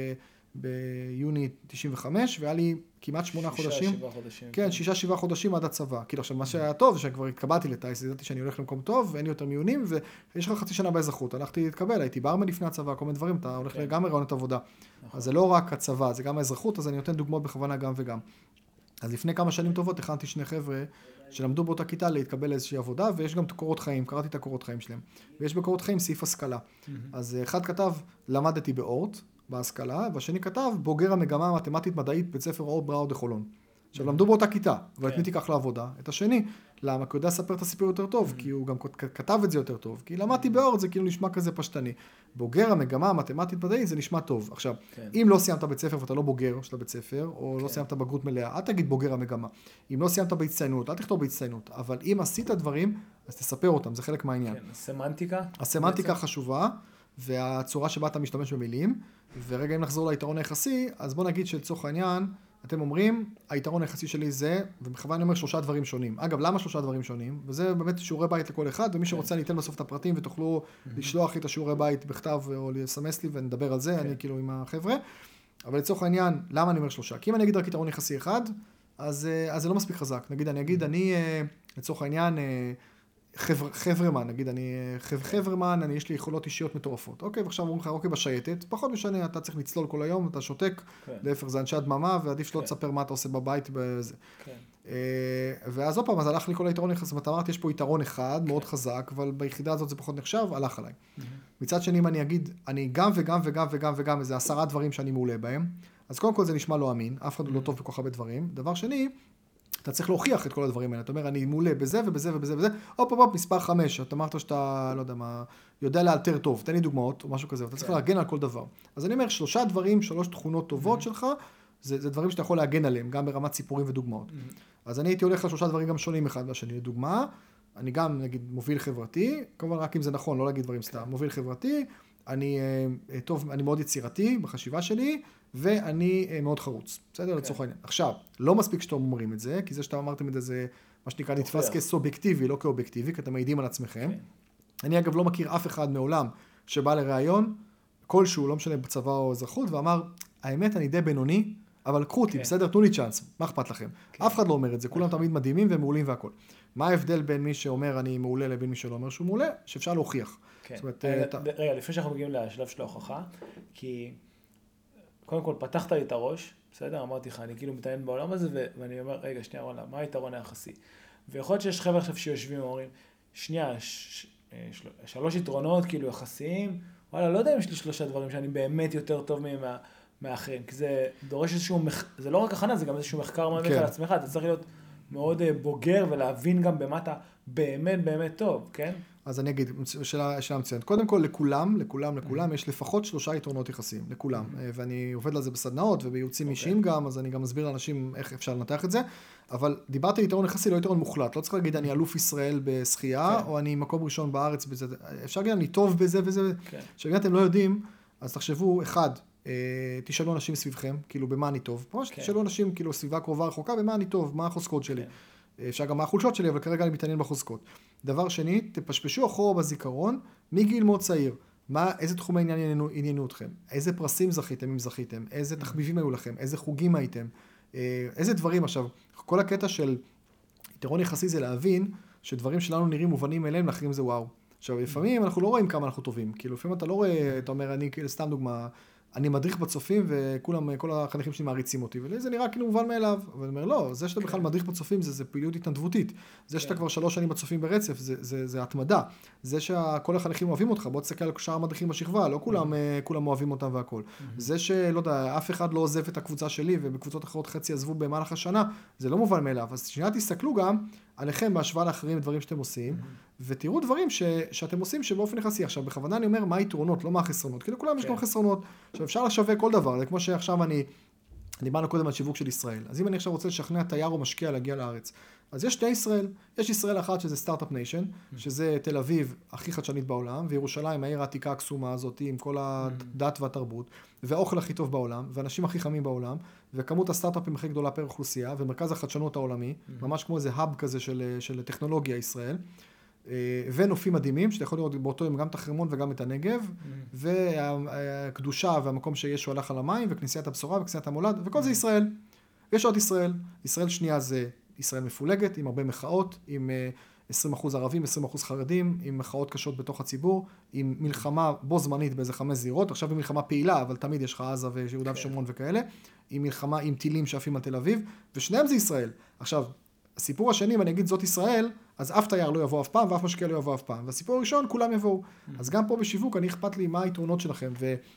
ביוני תשעים וחמש, והיה לי כמעט שמונה חודשים. שישה, שבעה חודשים. כן, שישה, שבעה חודשים עד הצבא. כאילו עכשיו, מה שהיה טוב, זה שכבר התקבלתי לטייס, ידעתי שאני הולך למקום טוב, ואין לי יותר מיונים, ויש לך חצי שנה באזרחות. הלכתי להתקבל, הייתי בארמן לפני הצבא, כל מיני דברים, אתה הולך גם לרעיונות עבודה. אז זה לא רק הצבא, זה גם האזרחות, אז אני נותן דוגמאות בכוונה גם וגם. אז לפני כמה שנים טובות, הכנתי שני חבר'ה שלמדו באותה כיתה להתקבל לאיזושהי עבודה, ויש גם קורות חיים, קראתי את הקורות חיים שלהם. ויש בקורות חיים סעיף השכלה. אז אחד כתב, למדתי באורט, בהשכלה, והשני כתב, בוגר המגמה המתמטית מדעית בית ספר אורט בראודה חולון. עכשיו, למדו באותה כיתה, אבל את מי תיקח לעבודה? את השני. למה? כי הוא יודע לספר את הסיפור יותר טוב, כי הוא גם כתב את זה יותר טוב. כי למדתי באורט, זה כאילו נשמע כזה פשטני. בוגר המגמה המתמטית מדעית, זה נשמע טוב. עכשיו, אם לא סיימת בית ספר ואתה לא בוגר של הבית ספר, או לא סיימת בגרות מלאה, אל תגיד בוגר המגמה. אם לא סיימת בהצטיינות, אל תכתוב בהצטיינות. אבל אם עשית דברים, אז תספר אותם, זה חלק מהעניין.
הסמנטיקה?
הסמנטיקה חשובה, והצורה שבה אתה משתמש במילים, ורגע אם נחזור ליתרון היחסי, אז בוא נגיד שלצורך העניין, אתם אומרים, היתרון היחסי שלי זה, ובכוונה אני אומר שלושה דברים שונים. אגב, למה שלושה דברים שונים? וזה באמת שיעורי בית לכל אחד, ומי שרוצה ניתן בסוף את הפרטים, ותוכלו לשלוח לי את השיעורי בית בכתב, או לסמס לי ונדבר על זה, אני כאילו עם החבר'ה. אבל לצורך העניין, למה אני אומר שלושה? כי אם אני אגיד רק יתרון יחסי אחד, אז, אז זה לא מספיק חזק. נגיד, אני אגיד, אני, לצורך העניין, חבר, חברמן, נגיד, אני חבר, חברמן, אני, יש לי יכולות אישיות מטורפות. אוקיי, ועכשיו אומרים לך, אוקיי, בשייטת, פחות משנה, אתה צריך לצלול כל היום, אתה שותק, להפך, זה אנשי הדממה, ועדיף שלא תספר מה אתה עושה בבית בזה. ואז עוד פעם, אז הלך לי כל היתרון יחסי, ואתה אמרת, יש פה יתרון אחד, מאוד חזק, אבל ביחידה הזאת זה פחות נחשב, הלך עליי. מצד שני, אם אני אגיד, אני גם וגם וגם וגם וגם, איזה עשרה דברים שאני מעולה בהם, אז קודם כל זה נשמע לא אמין, אף אחד לא טוב בכל הרבה דברים. דבר שני, אתה צריך להוכיח את כל הדברים האלה. אתה אומר, אני מעולה בזה ובזה ובזה ובזה. הופ, הופ, מספר חמש. אתה אמרת שאתה, לא יודע מה, יודע לאלתר טוב. תן לי דוגמאות או משהו כזה. אתה צריך להגן על כל דבר. אז אני אומר, שלושה דברים, שלוש תכונות טובות שלך, זה, זה דברים שאתה יכול להגן עליהם, גם ברמת סיפורים ודוגמאות. אז אני הייתי הולך לשלושה דברים גם שונים אחד והשני. לדוגמה, אני גם, נגיד, מוביל חברתי, כמובן רק אם זה נכון, לא להגיד דברים סתם. מוביל חברתי, אני, טוב, אני מאוד יצירתי בחשיבה שלי, ואני מאוד חרוץ. בסדר? לצורך העניין. עכשיו, לא מספיק שאתם אומרים את זה, כי זה שאתם אמרתם את זה, זה מה שנקרא נתפס כסובייקטיבי, לא כאובייקטיבי, כי אתם מעידים על עצמכם. אני אגב לא מכיר אף אחד מעולם שבא לראיון, כלשהו, לא משנה בצבא או אזרחות, ואמר, האמת אני די בינוני, אבל קחו אותי, בסדר? תנו לי צ'אנס. מה אכפת לכם? אף אחד לא אומר את זה, כולם תמיד מדהימים ומעולים והכל. מה ההבדל בין מי שאומר אני מעולה לבין מי שלא אומר שהוא מעולה? שאפשר להוכיח.
רגע, לפני שאנחנו מגיעים לשלב של ההוכחה, כי קודם כל פתחת לי את הראש, בסדר? אמרתי לך, אני כאילו מתעניין בעולם הזה, ואני אומר, רגע, שנייה, וואלה, מה היתרון היחסי? ויכול להיות שיש חבר'ה עכשיו שיושבים ואומרים, שנייה, שלוש יתרונות כאילו יחסיים, וואלה, לא יודע אם יש לי שלושה דברים שאני באמת יותר טוב מהם מהאחרים, כי זה דורש איזשהו, זה לא רק הכנה, זה גם איזשהו מחקר מעמיק על עצמך, אתה צריך להיות מאוד בוגר, ולהבין גם במה אתה באמת באמת טוב, כן?
אז אני אגיד, שאלה, שאלה מצוינת. קודם כל, לכולם, לכולם, לכולם, יש לפחות שלושה יתרונות יחסיים, לכולם. ואני עובד על זה בסדנאות ובייעוצים אישיים גם, אז אני גם מסביר לאנשים איך אפשר לנתח את זה. אבל דיברתי על יתרון יחסי, לא יתרון מוחלט. לא צריך להגיד, אני אלוף ישראל בשחייה, או אני מקום ראשון בארץ בזה. אפשר להגיד, אני טוב בזה וזה. כשאתם אתם לא יודעים, אז תחשבו, אחד, תשאלו אנשים סביבכם, כאילו, במה אני טוב. ממש תשאלו אנשים, כאילו, סביבה קרובה רחוקה, במה אני טוב, מה החוזקות שלי. אפשר גם מה החולשות שלי, אבל כרגע אני מתעניין בחוזקות. דבר שני, תפשפשו אחורה בזיכרון, מגיל מאוד צעיר. מה, איזה תחום העניין עניינו אתכם? איזה פרסים זכיתם אם זכיתם? איזה תחביבים היו לכם? איזה חוגים הייתם? איזה דברים עכשיו? כל הקטע של יתרון יחסי זה להבין שדברים שלנו נראים מובנים אליהם, לאחרים זה וואו. עכשיו, לפעמים אנחנו לא רואים כמה אנחנו טובים. כאילו, לפעמים אתה לא רואה, אתה אומר, אני, סתם דוגמה, אני מדריך בצופים וכולם, כל החניכים שלי מעריצים אותי, וזה נראה כאילו מובן מאליו. אבל אני אומר, לא, זה שאתה בכלל מדריך בצופים, זה, זה פעילות התנדבותית. זה שאתה כבר שלוש שנים בצופים ברצף, זה, זה, זה התמדה. זה שכל החניכים אוהבים אותך, בוא תסתכל על שאר המדריכים בשכבה, לא כולם, כולם אוהבים אותם והכל. זה שלא יודע, אף אחד לא עוזב את הקבוצה שלי, ובקבוצות אחרות חצי עזבו במהלך השנה, זה לא מובן מאליו. אז שנייה תסתכלו גם עליכם בהשוואה לאחרים דברים שאתם עושים, ותראו דברים ש, שאתם עושים שבאופן יחסי. עכשיו, בכוונה אני אומר מה היתרונות, לא מה החסרונות. כי לכולם יש גם חסרונות. עכשיו, אפשר לשווק כל דבר. זה כמו שעכשיו אני, דיברנו קודם על שיווק של ישראל. אז אם אני עכשיו רוצה לשכנע תייר או משקיע להגיע לארץ, אז יש שתי ישראל. יש ישראל אחת שזה סטארט-אפ ניישן, שזה תל אביב הכי חדשנית בעולם, וירושלים, העיר העתיקה הקסומה הזאת, עם כל הדת והתרבות, והאוכל הכי טוב בעולם, ואנשים הכי חמים בעולם, וכמות הסטארט-אפים הכי גדולה פר אוכלוסייה, ומרכז החדשנות העולמי, ממש כמו איזה האב כזה של, של טכנולוגיה ישראל. ונופים מדהימים, שאתה יכול לראות באותו יום גם את החרמון וגם את הנגב, והקדושה והמקום שישו הלך על המים, וכנסיית הבשורה וכנסיית המולד, וכל זה ישראל. יש עוד ישראל. ישראל שנייה זה ישראל מפולגת, עם הרבה מחאות, עם עשרים אחוז ערבים, עשרים אחוז חרדים, עם מחאות קשות בתוך הציבור, עם מלחמה בו זמנית באיזה חמש זירות, עכשיו היא מלחמה פעילה, אבל תמיד יש לך עזה ויהודה ושומרון וכאלה, עם מלחמה עם טילים שעפים על תל אביב, ושניהם זה ישראל. עכשיו, הסיפור השני, ואני אגיד זאת ישראל, אז אף תייר לא יבוא אף פעם, ואף משקיע לא יבוא אף פעם. והסיפור הראשון, כולם יבואו. אז גם פה בשיווק, אני אכפת לי מה היתרונות שלכם,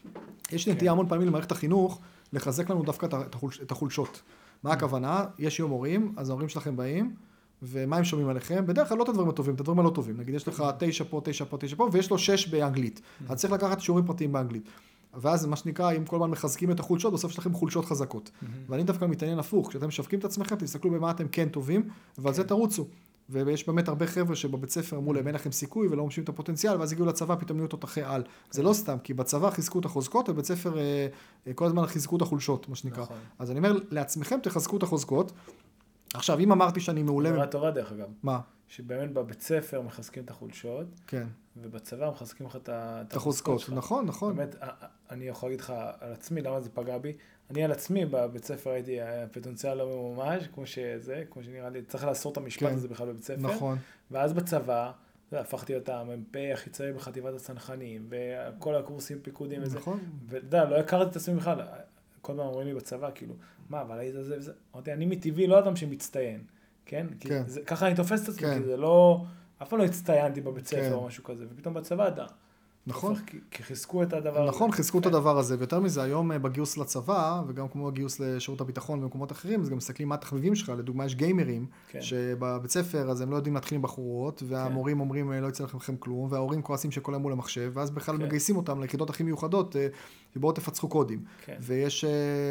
ויש לי נטייה המון פעמים למערכת החינוך, לחזק לנו דווקא את החולשות. מה הכוונה? יש יום הורים, אז ההורים שלכם באים, ומה הם שומעים עליכם? בדרך כלל לא את הדברים הטובים, את הדברים הלא טובים. נגיד, יש לך תשע פה, תשע פה, תשע פה, ויש לו שש באנגלית. אז צריך לקחת שיעורים פרטיים באנגלית. ואז מה שנקרא, אם כל הזמן מחזקים את החולשות, בסוף יש לכם חולשות חזקות. ואני דווקא מתעניין הפוך, כשאתם משווקים את עצמכם, תסתכלו במה אתם כן טובים, ועל זה תרוצו. ויש באמת הרבה חבר'ה שבבית ספר אמרו להם, אין לכם סיכוי ולא ממשים את הפוטנציאל, ואז הגיעו לצבא, פתאום נהיו תותחי על. זה לא סתם, כי בצבא חיזקו את החוזקות, ובבית ספר כל הזמן חיזקו את החולשות, מה שנקרא. אז אני אומר, לעצמכם תחזקו את החוזקות. עכשיו, אם אמרתי שאני מעולה...
זה טובה דרך אגב.
מה?
שבאמת בבית ספר מחזקים את החולשות,
כן.
ובצבא מחזקים לך את
החוזקות שלך. נכון, נכון.
באמת, אני יכול להגיד לך על עצמי, למה זה פגע בי. אני על עצמי בבית ספר הייתי פוטנציאל לא ממש, כמו שזה, כמו שנראה לי, צריך לעשות את המשפט הזה בכלל בבית ספר.
נכון.
ואז בצבא, הפכתי אותה מ"פ הכי צעיר בחטיבת הצנחנים, וכל הקורסים פיקודים וזה. נכון. ואתה יודע, לא הכרתי את עצמי בכלל. כל פעם אומרים לי בצבא, כאילו, מה, אבל היית זה וזה. אמרתי, אני מטבעי לא אדם שמצטיין, כן? כן. זה, ככה אני תופס את עצמי, כן. כי זה לא, אף פעם לא הצטיינתי בבית ספר כן. או משהו כזה, ופתאום בצבא אתה.
נכון.
כי, כי חיזקו את הדבר
נכון,
הזה.
חיזקו כן. את הדבר הזה, ויותר מזה, היום בגיוס לצבא, וגם כמו הגיוס לשירות הביטחון במקומות אחרים, אז גם מסתכלים מה התחביבים שלך, לדוגמה יש גיימרים, כן. שבבית ספר, אז הם לא יודעים להתחיל עם בחורות, והמורים כן. אומרים, לא יצא לכם כלום, וההורים כועסים שכל מול המחשב, ואז בכלל כן. מגייסים אותם ליחידות הכי מיוחדות, ובואו תפצחו קודים. כן. ויש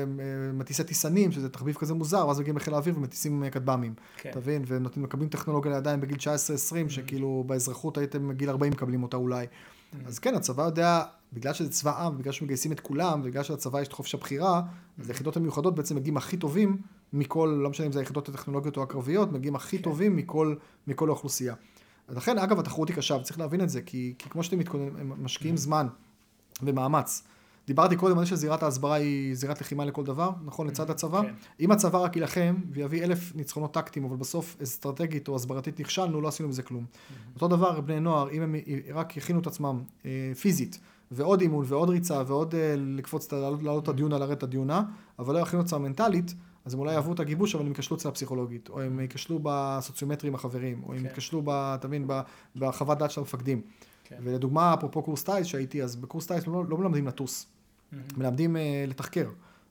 מטיסי טיסנים, שזה תחביב כזה מוזר, ואז מגיעים לחיל האוויר ומטיסים כטב"מים. כן. תבין, ונותנים מקבלים טכנולוגיה לידיים בגיל תשע עשרה עשרים, שכאילו באזרחות הייתם בגיל ארבעים מקבלים אותה אולי. אז כן, הצבא יודע, בגלל שזה צבא עם, בגלל שמגייסים את כולם, בגלל שלצבא יש את חופש הבחירה, אז היחידות המיוחדות בעצם מגיעים הכי טובים מכל, לא משנה אם זה היחידות הטכנולוגיות או הקרביות, מגיעים הכי טובים מכל, מכל האוכלוסייה. אז לכן, אגב, התחרות היא קשה, וצריך להבין את זה, כי, כי כמו שאתם משקיעים זמן ומאמץ, דיברתי קודם על זה שזירת ההסברה היא זירת לחימה לכל דבר, נכון, לצד הצבא. כן. אם הצבא רק ילחם ויביא אלף ניצחונות טקטיים, אבל בסוף אסטרטגית או הסברתית נכשלנו, לא עשינו מזה כלום. Mm-hmm. אותו דבר, בני נוער, אם הם רק יכינו את עצמם אה, פיזית, ועוד אימון ועוד ריצה, ועוד אה, לקפוץ, לעלות את הדיונה, לרדת את הדיונה, אבל לא יכינו את עצמם מנטלית, אז הם אולי יעברו את הגיבוש, אבל הם יקשלו אצל הפסיכולוגית, או הם יקשלו בסוציומטרים החברים, או הם יקשלו, תבין, בחוות דעת של המפקדים. כן. ולדוגמה, אפרופו קורס טייס שהייתי, אז בקורס טייס לא, לא מלמדים לטוס. מלמדים uh, לתחקר.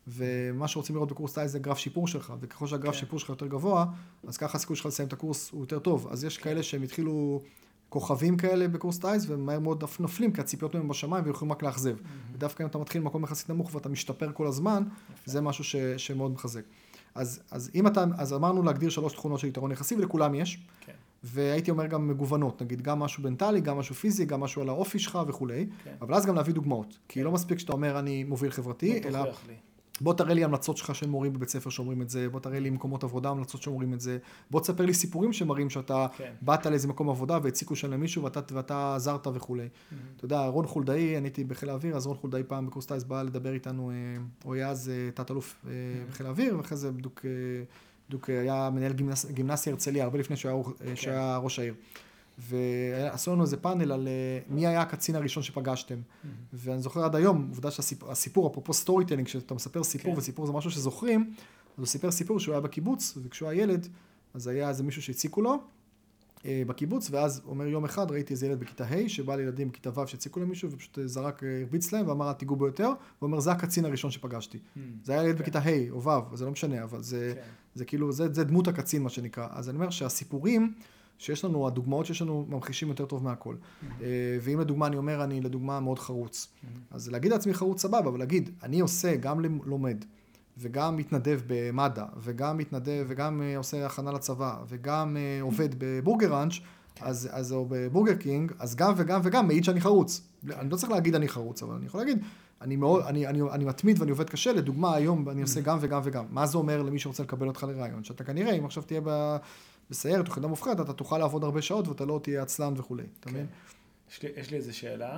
ומה שרוצים לראות בקורס טייס זה גרף שיפור שלך, וככל שהגרף שיפור שלך יותר גבוה, אז ככה הסיכוי שלך לסיים את הקורס הוא יותר טוב. אז יש כאלה שהם התחילו כוכבים כאלה בקורס טייס, ומהר מאוד נופלים, כי הציפיות מהם בשמיים ויכולים רק לאכזב. ודווקא אם אתה מתחיל במקום יחסית נמוך ואתה משתפר כל הזמן, זה משהו ש, שמאוד מחזק. אז, אז אם אתה, אז אמרנו להגדיר שלוש תכונות של יתרון יחסי, ולכולם יש. כן. והייתי אומר גם מגוונות, נגיד גם משהו בנטלי, גם משהו פיזי, גם משהו על האופי שלך וכולי. כן. אבל אז גם להביא דוגמאות. כי לא מספיק שאתה אומר אני מוביל חברתי, אלא בוא תראה לי המלצות שלך של מורים בבית ספר שאומרים את זה, בוא תראה לי מקומות עבודה, המלצות שאומרים את זה, בוא תספר לי סיפורים שמראים שאתה כן. באת לאיזה מקום עבודה והציקו שם למישהו ואתה, ואתה עזרת וכולי. Mm-hmm. אתה יודע, רון חולדאי, אני הייתי בחיל האוויר, אז רון חולדאי פעם בקורס טייס בא לדבר איתנו, הוא היה אז תת-אלוף mm-hmm. בחיל האוויר, ואחרי זה בדוק, בדוק היה מנהל גימנס, גימנסיה הרצליה, הרבה לפני שהיה, okay. שהיה ראש העיר. ועשו לנו איזה פאנל על מי היה הקצין הראשון שפגשתם. Mm-hmm. ואני זוכר עד היום, עובדה שהסיפור, אפרופו סטורי טלינג, כשאתה מספר סיפור, okay. וסיפור זה משהו שזוכרים, אז הוא סיפר סיפור שהוא היה בקיבוץ, וכשהוא היה ילד, אז היה איזה מישהו שהציקו לו אה, בקיבוץ, ואז אומר יום אחד, ראיתי איזה ילד בכיתה ה' שבא לילדים בכיתה ו' שהציקו למישהו, ופשוט זרק, הרביץ להם, ואמר, תיגעו ביותר, והוא אומר, זה הקצין הראשון שפגשתי. Mm-hmm. זה היה ילד okay. בכיתה ה' או ו', זה לא משנה, אבל זה, okay. זה כאילו, זה, זה דמות הקצין, מה שנקרא. אז אני אומר שהסיפורים שיש לנו, הדוגמאות שיש לנו ממחישים יותר טוב מהכל. Mm-hmm. ואם לדוגמה אני אומר, אני לדוגמה מאוד חרוץ. Mm-hmm. אז להגיד לעצמי חרוץ סבבה, אבל להגיד, אני עושה, גם לומד, וגם מתנדב במד"א, וגם מתנדב, וגם עושה הכנה לצבא, וגם עובד בבורגר ראנץ', okay. אז, אז או בבורגר קינג, אז גם וגם וגם מעיד שאני חרוץ. Okay. אני לא צריך להגיד אני חרוץ, אבל אני יכול להגיד, אני, מאוד, אני, אני, אני מתמיד ואני עובד קשה, לדוגמה היום אני עושה גם וגם וגם. מה זה אומר למי שרוצה לקבל אותך לרעיון? שאתה כנראה, אם עכשיו תהיה ב... בסיירת או חדה מופחדת, אתה תוכל לעבוד הרבה שעות ואתה לא תהיה עצלן וכולי. אתה מבין?
יש לי, יש לי איזו שאלה,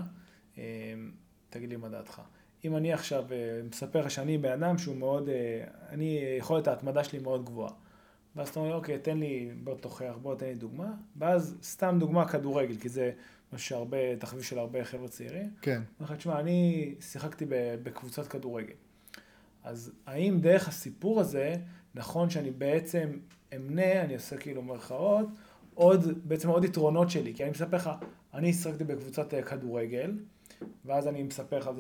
תגיד לי מה דעתך. אם אני עכשיו מספר לך שאני בן אדם שהוא מאוד, אני, יכולת ההתמדה שלי מאוד גבוהה. ואז אתה אומר, אוקיי, תן לי, בוא תוכח, בוא תן לי דוגמה. ואז סתם דוגמה כדורגל, כי זה משהו שהרבה, תחביב של הרבה חבר'ה צעירים.
כן.
ואחרי, תשמע, אני שיחקתי בקבוצת כדורגל. אז האם דרך הסיפור הזה, נכון שאני בעצם אמנה, אני עושה כאילו מרכאות, עוד, בעצם עוד יתרונות שלי, כי אני מספר לך, אני שיחקתי בקבוצת כדורגל, ואז אני מספר לך על זה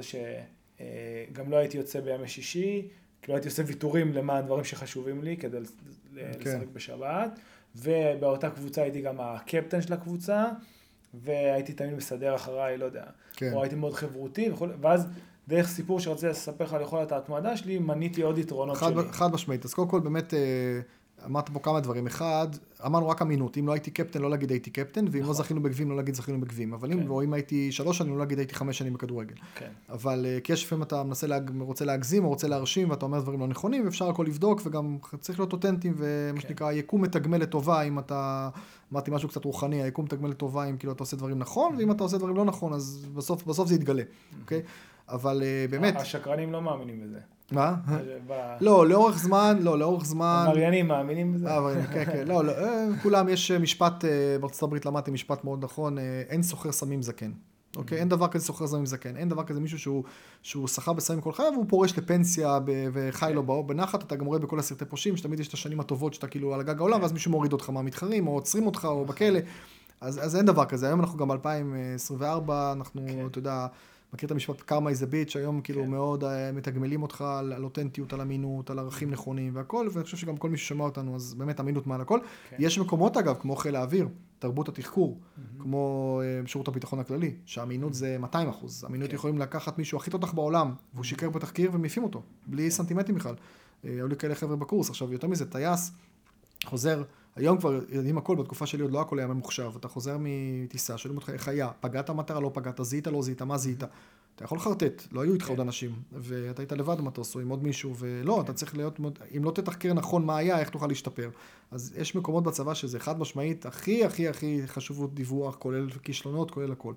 שגם לא הייתי יוצא בימי שישי, כי לא הייתי עושה ויתורים למען דברים שחשובים לי, כדי לשחק בשבת, ובאותה קבוצה הייתי גם הקפטן של הקבוצה, והייתי תמיד מסדר אחריי, לא יודע, או הייתי מאוד חברותי, ואז דרך סיפור שרציתי לספר לך על יכולת ההתמדה שלי, מניתי עוד יתרונות שלי.
חד משמעית, אז קודם כל באמת אמרת פה כמה דברים. אחד, אמרנו רק אמינות. אם לא הייתי קפטן, לא להגיד הייתי קפטן, ואם לא זכינו בגבים, לא להגיד זכינו בגבים. אבל אם, או אם הייתי שלוש שנים, לא להגיד הייתי חמש שנים בכדורגל. אבל כי יש לפעמים אתה מנסה, רוצה להגזים, או רוצה להרשים, ואתה אומר דברים לא נכונים, ואפשר הכל לבדוק, וגם צריך להיות אותנטיים, ומה שנקרא, היקום מתגמל לטובה, אם אתה, אמרתי משהו קצת רוחני, היקום מתגמל לטובה, אם כאילו אתה עושה דברים נכון, ואם אתה עושה דברים לא נכון, אז בסוף, בסוף זה יתגלה. אוקיי? אבל באמת...
השקרנים לא מאמינים בזה.
מה? לא, לאורך זמן, לא, לאורך זמן...
עבריינים מאמינים בזה?
כן, כן, לא, כולם, יש משפט, בארצות הברית למדתי משפט מאוד נכון, אין סוחר סמים זקן. אוקיי? אין דבר כזה סוחר סמים זקן. אין דבר כזה מישהו שהוא סחר בסמים כל חייו, והוא פורש לפנסיה וחי לו בנחת. אתה גם רואה בכל הסרטי פושעים, שתמיד יש את השנים הטובות שאתה כאילו על הגג העולם, ואז מישהו מוריד אותך מהמתחרים, או עוצרים אותך, או בכלא. אז אין דבר כזה. היום אנחנו גם ב-אלפיים עשרים וארבע, אנחנו, אתה יודע, מכיר את המשפט קרמה איזה ביט, שהיום כאילו מאוד מתגמלים אותך על אותנטיות, על אמינות, על ערכים נכונים והכל, ואני חושב שגם כל מי ששומע אותנו, אז באמת אמינות מעל הכל. יש מקומות אגב, כמו חיל האוויר, תרבות התחקור, כמו שירות הביטחון הכללי, שהאמינות זה מאתיים אחוז. אמינות יכולים לקחת מישהו הכי תותח בעולם, והוא שיקר בתחקיר ומעיפים אותו, בלי סנטימטים בכלל. היו לי כאלה חבר'ה בקורס, עכשיו יותר מזה, טייס חוזר, היום כבר יודעים הכל, בתקופה שלי עוד לא הכל היה ממוחשב, אתה חוזר מטיסה, שואלים אותך איך היה, פגעת מטרה, לא פגעת, זיהית, לא זיהית, מה זיהית? אתה יכול לחרטט, לא היו איתך עוד אנשים, ואתה היית לבד במטוס או עם עוד מישהו, ולא, אתה צריך להיות, אם לא תתחקר נכון מה היה, איך תוכל להשתפר. אז יש מקומות בצבא שזה חד משמעית, הכי הכי הכי חשובות דיווח, כולל כישלונות, כולל הכל.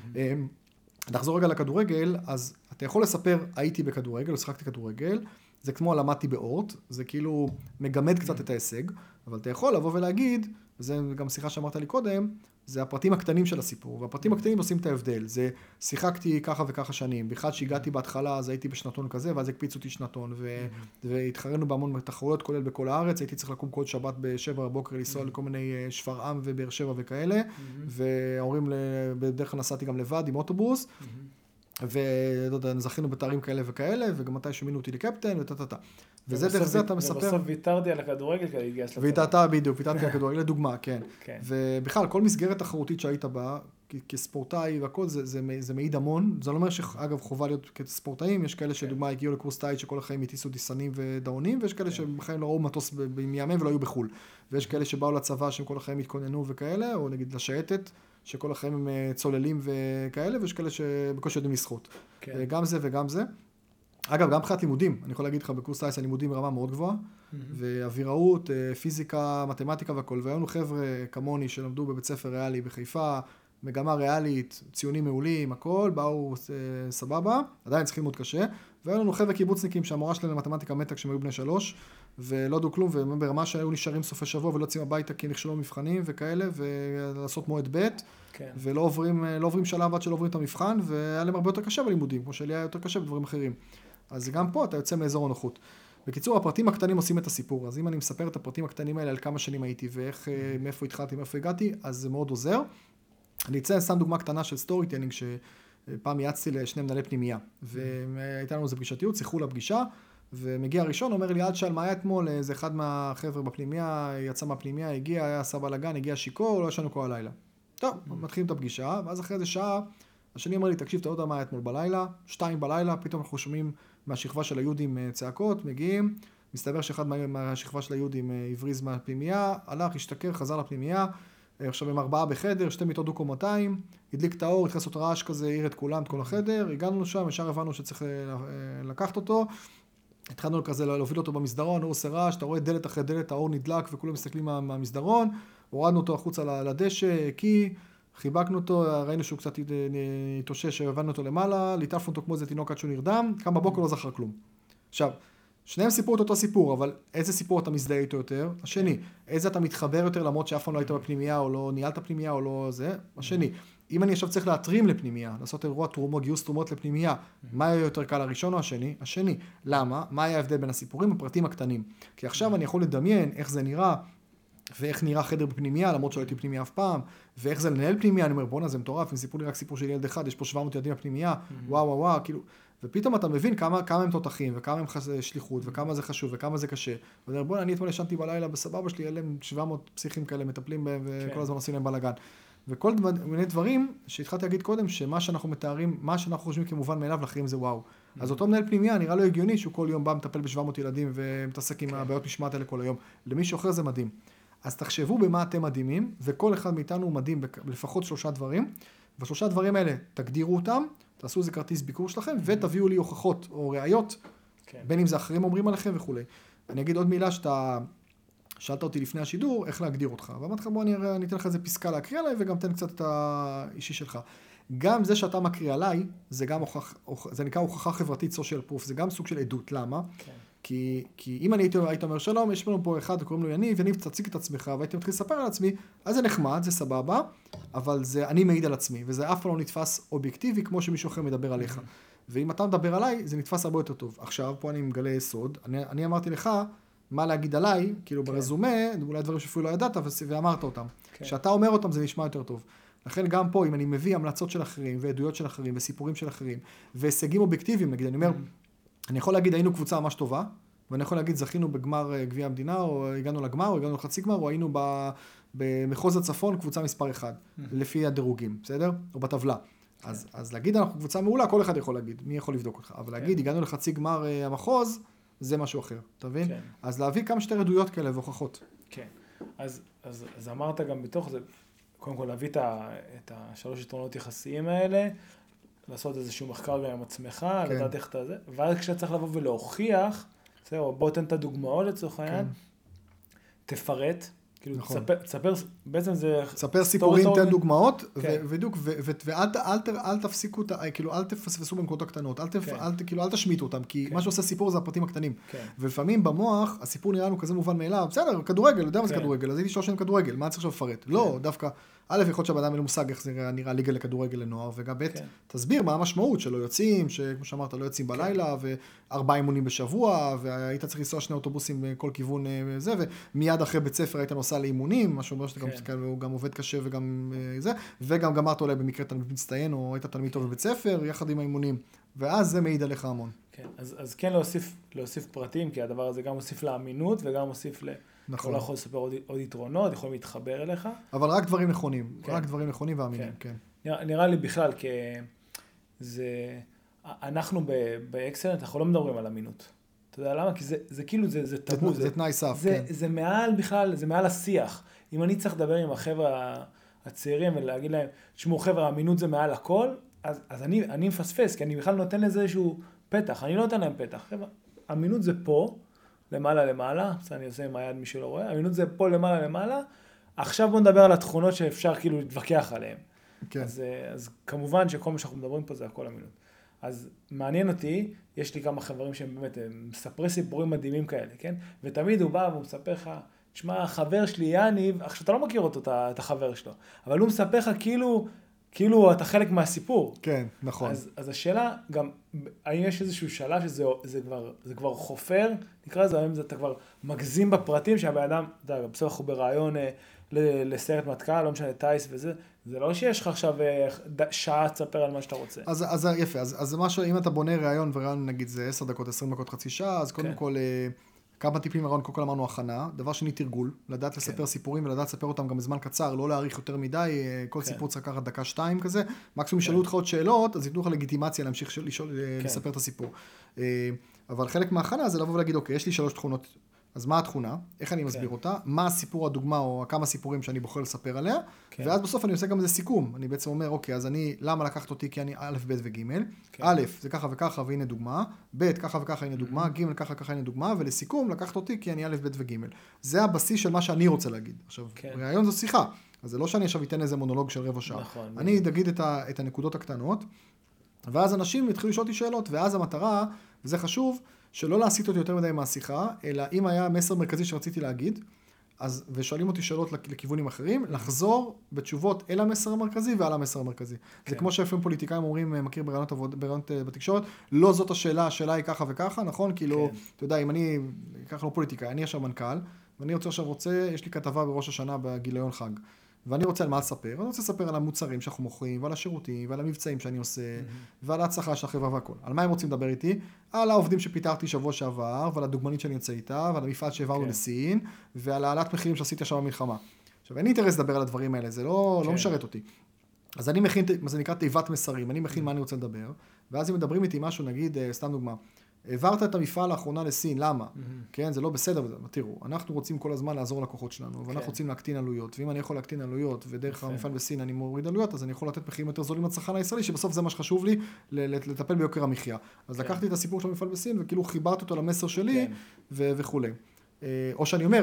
נחזור רגע לכדורגל, אז אתה יכול לספר, הייתי בכדורגל, או שחקתי כדורגל, זה כמו למדתי באורט, זה כאילו מגמד קצת את ההישג, אבל אתה יכול לבוא ולהגיד, וזה גם שיחה שאמרת לי קודם, זה הפרטים הקטנים של הסיפור, והפרטים הקטנים עושים את ההבדל. זה שיחקתי ככה וככה שנים, בכלל שהגעתי בהתחלה, אז הייתי בשנתון כזה, ואז הקפיצו אותי שנתון, והתחרנו בהמון תחרויות, כולל בכל הארץ, הייתי צריך לקום כל שבת בשבע בבוקר, לנסוע לכל מיני שפרעם ובאר שבע וכאלה, וההורים בדרך כלל נסעתי גם לבד עם אוטובוס, ולא יודע, זכינו בתארים כאלה וכאלה, וגם מתי שמינו אותי לקפטן, וטטטה. וזה דרך זה אתה מספר...
ובסוף ויתרתי על הכדורגל כדי להתגייס לצבא.
ויתרת בדיוק, ויתרתי על הכדורגל, לדוגמה, כן. ובכלל, כל מסגרת תחרותית שהיית בה, כספורטאי והכל, זה מעיד המון. זה לא אומר שאגב חובה להיות כספורטאים, יש כאלה שדוגמה הגיעו לקורס טייץ שכל החיים הטיסו טיסנים ודאונים, ויש כאלה שבחיים לא ראו מטוס מימיהם ולא היו בחול. ויש כאלה שבאו לצבא שהם כל החיים התכוננו וכאלה, או נגיד לשייטת, שכל החיים הם צוללים וכאלה, ויש כאלה שבקושי יודעים לשחות. גם זה וגם זה. אגב, גם מבחינת לימודים, אני יכול להגיד לך, בקורס טייס הלימודים ברמה מאוד גבוהה, ואוויראות, פיזיקה, מתמטיקה והכל, והיו לנו חבר'ה כמוני שלמדו בבית ספר ריאלי בחיפה, מגמה ריאלית, ציונים מעולים, הכל, באו סבבה, עדיין צריכים ללמוד קשה, והיו לנו חבר'ה קיבוצניקים שהמורה שלהם למתמטיקה מתה כשהם היו בני שלוש, ולא דו כלום, וברמה שהיו נשארים סופי שבוע ולא יוצאים הביתה כי נכשלו מבחנים וכאלה, ולעשות מועד ב' כן. ולא עוברים, לא עוברים שלב עד שלא עוברים את המבחן, והיה להם הרבה יותר קשה בלימודים, כמו שלי היה יותר קשה בדברים אחרים. אז גם פה אתה יוצא מאזור הנוחות. בקיצור, הפרטים הקטנים עושים את הסיפור, אז אם אני מספר את הפרטים הקטנים האלה על כמה שנים הייתי, ואיך, מאיפה התחלתי, מאיפה הגעתי, אז זה מאוד עוזר. אני אצא סתם דוגמה קטנה של סטורי טיילינג, שפעם יעצתי לשני מנהלי פנימייה, והייתה לנו איזה פגישת ייעוץ, שיחו לפגישה, ומגיע הראשון, אומר לי, עד שאל מה היה אתמול, איזה אחד מהחבר'ה בפנימייה, יצא מהפנימייה, הגיע, היה עשה בלגן, הגיע שיקור, לא ישנו כל הלילה. טוב, מתחילים את הפגישה, ואז אחרי איזה שעה, השני אומר לי, תקשיב, אתה לא יודע מה היה אתמול בלילה, שתיים בלילה, פתאום אנחנו שומעים מהשכבה של היהודים צעקות, מגיעים, מסתבר שאחד מהשכבה של היהודים הבריז מהפנימייה, הלך, השתכר, חזר לפנימייה, עכשיו הם ארבעה בחדר, שתי מיטות דו-קומתיים, הדליק את האור, התחס אותו רעש כזה, העיר את כולם, את כל החדר, הגענו לשם, ישר הבנו שצריך לקחת אותו, התחלנו כזה להוביל אותו במסדרון, הוא עושה רעש, אתה רואה דלת אחרי דלת, האור נדלק וכולם מסתכלים מהמסדרון, הורדנו אותו החוצה לדשא, קי, חיבקנו אותו, ראינו שהוא קצת התאושש, הבנו אותו למעלה, ליטפנו אותו כמו איזה תינוק עד שהוא נרדם, קם בבוקר לא זכר כלום. עכשיו, שניהם סיפרו את אותו סיפור, אבל איזה סיפור אתה מזדהה איתו יותר? השני. איזה אתה מתחבר יותר למרות שאף פעם לא היית בפנימייה או לא ניהלת פנימייה או לא זה? השני. אם אני עכשיו צריך להתרים לפנימייה, לעשות אירוע תרומות, גיוס תרומות לפנימייה, מה יהיה יותר קל, הראשון או השני? השני. למה? מה היה ההבדל בין הסיפורים? הפרטים הקטנים. כי עכשיו אני יכול לדמיין איך זה נראה, ואיך נראה חדר בפנימייה, למרות שלא הייתי בפנימייה אף פעם, ואיך זה לנהל פנימייה, אני אומר, בוא'נה, זה מטורף, אם סיפור לי רק סיפור של ילד אחד, יש פה שבע מאות ילדים בפנימייה, וואו, וואו, וואו, כאילו, ופתאום אתה מבין כמה, כמה הם תותחים, וכמה הם שליחות, וכמה זה חשוב, וכמה זה קשה. ואני אומר, בוא'נה, אני אתמול ישנתי בלילה בסבבה שלי, אלה שבע מאות פסיכים כאלה מטפלים בהם, וכל הזמן עושים להם בלגן. וכל מיני דברים שהתחלתי להגיד קודם, שמה שאנחנו מתארים, מה שאנחנו חושבים כמובן מאליו, לאחרים זה וואו. אז אותו מנהל פנימייה, נראה לו הגיוני שהוא כל יום בא מטפל ב-שבע מאות ילדים ומתעסק עם הבעיות משמעת האלה כל היום. למישהו אחר זה מדהים. אז תחשבו במה אתם מדהימים, וכל אחד מאיתנו הוא מדהים לפחות שלושה דברים, והשלושה דברים האלה, תגדירו אותם, תעשו איזה כרטיס ביקור שלכם, ותביאו לי הוכחות או ראיות, כן. בין אם זה אחרים אומרים עליכם וכו'. אני אגיד עוד מילה שאתה שאלת אותי לפני השידור, איך להגדיר אותך. ואמרתי לך, בוא אני, אני אתן לך איזה פסקה להקריא עליי, וגם תן קצת את האישי שלך. גם זה שאתה מקריא עליי, זה גם הוכח, זה נקרא הוכחה חברתית, social proof, זה גם סוג של עדות. למה? כן. כי, כי אם אני הייתי, היית אומר, שלום, יש לנו פה אחד, וקוראים לו יניב, יניב, תציג את עצמך, והייתי מתחיל לספר על עצמי, אז זה נחמד, זה סבבה, אבל זה, אני מעיד על עצמי, וזה אף פעם לא נתפס אובייקטיבי, כמו שמישהו אחר מדבר עליך. ואם אתה מדבר עליי, זה נתפס הרבה יותר טוב. עכשיו, פה אני מגלה יסוד, אני, אני אמרתי לך, מה להגיד עליי, כאילו כן. ברזומה, אולי דברים שאפילו לא ידעת, ואמרת אותם. כן. כשאתה אומר אותם, זה נשמע יותר טוב. לכן גם פה, אם אני מביא המלצות של אחרים, ועדויות של אחרים, וסיפורים של אחרים, והישגים אובייקטיביים, נגיד, אני אומר, אני יכול להגיד, היינו קבוצה ממש טובה, ואני יכול להגיד, זכינו בגמר גביע המדינה, או הגענו לגמר, או הגענו לחצי גמר, או היינו במחוז הצפון, קבוצה מספר אחד, לפי הדירוגים, בסדר? או בטבלה. אז, אז להגיד, אנחנו קבוצה מעולה, כל אחד יכול להגיד, מי יכול לבדוק אותך? אבל להגיד, הגענו לחצי גמר המחוז, זה משהו אחר, אתה מבין? כן. אז להביא כמה שתי עדויות כאלה והוכחות.
כן. אז, אז, אז אמרת גם בתוך זה, קודם כל להביא את, ה, את השלוש יתרונות יחסיים האלה, לעשות איזשהו מחקר גם עם עצמך, כן. לדעת איך אתה זה, ואז כשאתה צריך לבוא ולהוכיח, בסדר, בוא תן את הדוגמאות לצורך העניין, כן. תפרט, כאילו, נכון. תספר, תספר, בעצם זה...
תספר סיפורים, תן דוגמאות, ובדיוק, ואל תפסיקו, כאילו, אל תפספסו במקומות הקטנות, כאילו, אל תשמיטו אותם, כי מה שעושה סיפור זה הפרטים הקטנים. ולפעמים במוח, הסיפור נראה לנו כזה מובן מאליו, בסדר, כדורגל, יודע מה זה כדורגל, אז הייתי שלוש שנים כדורגל, מה צריך עכשיו לפרט? לא, דווקא, א', יכול להיות שהבן אדם אין לו מושג איך זה נראה ליגה לכדורגל לנוער, וגם ב', תסביר מה המשמעות שלא יוצאים, שכמו שאמרת, לא יוצאים בלילה, וארבעה אימונים בשבוע, והיית צריך לנסוע שני אוטובוסים בכל כיוון וזה, ומיד אחרי בית ספר היית ספסל אימונים, מה שאומר שאתה כן. גם, גם עובד קשה וגם זה, וגם גמרת אולי במקרה תלמיד מצטיין, או היית תלמיד טוב בבית ספר, יחד עם האימונים, ואז זה מעיד עליך המון.
כן, אז, אז כן להוסיף, להוסיף פרטים, כי הדבר הזה גם מוסיף לאמינות, וגם מוסיף ל... נכון. אתה לא יכול לספר עוד, עוד יתרונות, יכולים להתחבר אליך.
אבל רק דברים נכונים, כן. רק דברים נכונים ואמינים, כן.
כן. נראה, נראה לי בכלל, כי זה... אנחנו באקסלנט, אנחנו לא מדברים על אמינות. אתה יודע למה? כי זה, זה כאילו, זה, זה טבו.
זה, זה תנאי סף,
זה,
כן.
זה מעל בכלל, זה מעל השיח. אם אני צריך לדבר עם החבר'ה הצעירים ולהגיד להם, תשמעו חבר'ה, האמינות זה מעל הכל, אז, אז אני, אני מפספס, כי אני בכלל נותן לזה איזשהו פתח. אני לא נותן להם פתח. חבר'ה, אמינות זה פה, למעלה למעלה, אז אני עושה עם היד מי שלא רואה, אמינות זה פה למעלה למעלה, עכשיו בוא נדבר על התכונות שאפשר כאילו להתווכח עליהן. כן. אז, אז כמובן שכל מה שאנחנו מדברים פה זה הכל אמינות. אז מעניין אותי, יש לי כמה חברים שהם באמת מספרי סיפורים מדהימים כאלה, כן? ותמיד הוא בא והוא מספר לך, תשמע, החבר שלי יניב, עכשיו אתה לא מכיר אותו, את החבר שלו, אבל הוא מספר לך כאילו, כאילו אתה חלק מהסיפור.
כן, נכון.
אז, אז השאלה גם, האם יש איזשהו שלב שזה זה כבר, זה כבר חופר, נקרא לזה, האם אתה כבר מגזים בפרטים שהבן אדם, אתה יודע, בסוף אנחנו ברעיון לסרט מטכ"ל, לא משנה טייס וזה, זה לא שיש לך עכשיו שעה תספר על מה שאתה רוצה.
אז, אז יפה, אז, אז משהו, אם אתה בונה רעיון, ורעיון נגיד זה עשר דקות, עשרים דקות, חצי שעה, אז קודם כן. כל, כמה טיפים לרעיון, קודם כל אמרנו הכנה, דבר שני תרגול, לדעת כן. לספר סיפורים ולדעת לספר אותם גם בזמן קצר, לא להאריך יותר מדי, כל כן. סיפור צריך לקחת דקה שתיים כזה, מקסימום ישאלו כן. אותך עוד שאלות, אז ייתנו לך לגיטימציה להמשיך לשאול, כן. לספר את הסיפור. אבל חלק מההכנה זה לבוא ולהגיד, אוקיי, יש לי שלוש תכונות, אז מה התכונה? איך אני מסביר כן. אותה? מה הסיפור הדוגמה או כמה סיפורים שאני בוחר לספר עליה? כן. ואז בסוף אני עושה גם איזה סיכום. אני בעצם אומר, אוקיי, אז אני, למה לקחת אותי? כי אני א', ב' וג'. כן. א', זה ככה וככה והנה דוגמה. ב', ככה וככה הנה דוגמה. Mm-hmm. ג', ככה וככה הנה דוגמה. ולסיכום, לקחת אותי כי אני א', ב' וג'. זה הבסיס של מה שאני רוצה להגיד. עכשיו, כן. רעיון זו שיחה. אז זה לא שאני עכשיו אתן איזה מונולוג של רבע שעה. נכון. אני אגיד את, ה, את הנקודות הקטנות, ואז אנשים יתחילו לשאול אותי שאלות, ואז המטרה, וזה חשוב, שלא להסיט אותי יותר מדי מהשיחה, אלא אם היה מסר מרכזי שרציתי להגיד, אז, ושואלים אותי שאלות לכיוונים אחרים, לחזור בתשובות אל המסר המרכזי ועל המסר המרכזי. כן. זה כמו שאפילו פוליטיקאים אומרים, מכיר ברעיונות, ברעיונות בתקשורת, לא זאת השאלה, השאלה היא ככה וככה, נכון? כאילו, כן. אתה יודע, אם אני, ככה לא פוליטיקאי, אני עכשיו מנכ"ל, ואני רוצה עכשיו רוצה, יש לי כתבה בראש השנה בגיליון חג. ואני רוצה על מה לספר, אני רוצה לספר על המוצרים שאנחנו מוכרים, ועל השירותים, ועל המבצעים שאני עושה, mm-hmm. ועל ההצלחה של החברה והכל. על מה הם רוצים לדבר איתי? על העובדים שפיתרתי שבוע שעבר, ועל הדוגמנית שאני יוצא איתה, ועל המפעל שהעברנו okay. לסין, ועל העלאת מחירים שעשיתי עכשיו במלחמה. עכשיו, אין לי אינטרס לדבר על הדברים האלה, זה לא, okay. לא משרת אותי. אז אני מכין, מה זה נקרא תיבת מסרים, אני מכין mm-hmm. מה אני רוצה לדבר, ואז אם מדברים איתי משהו, נגיד, סתם דוגמה, העברת את המפעל האחרונה לסין, למה? Mm-hmm. כן, זה לא בסדר, תראו, אנחנו רוצים כל הזמן לעזור לקוחות שלנו, ואנחנו כן. רוצים להקטין עלויות, ואם אני יכול להקטין עלויות, ודרך okay. המפעל בסין אני מוריד עלויות, אז אני יכול לתת מחירים יותר זולים לצרכן הישראלי, שבסוף זה מה שחשוב לי, לטפל ביוקר המחיה. אז okay. לקחתי את הסיפור של המפעל בסין, וכאילו חיברתי אותו למסר שלי, okay. ו- וכו'. או שאני אומר,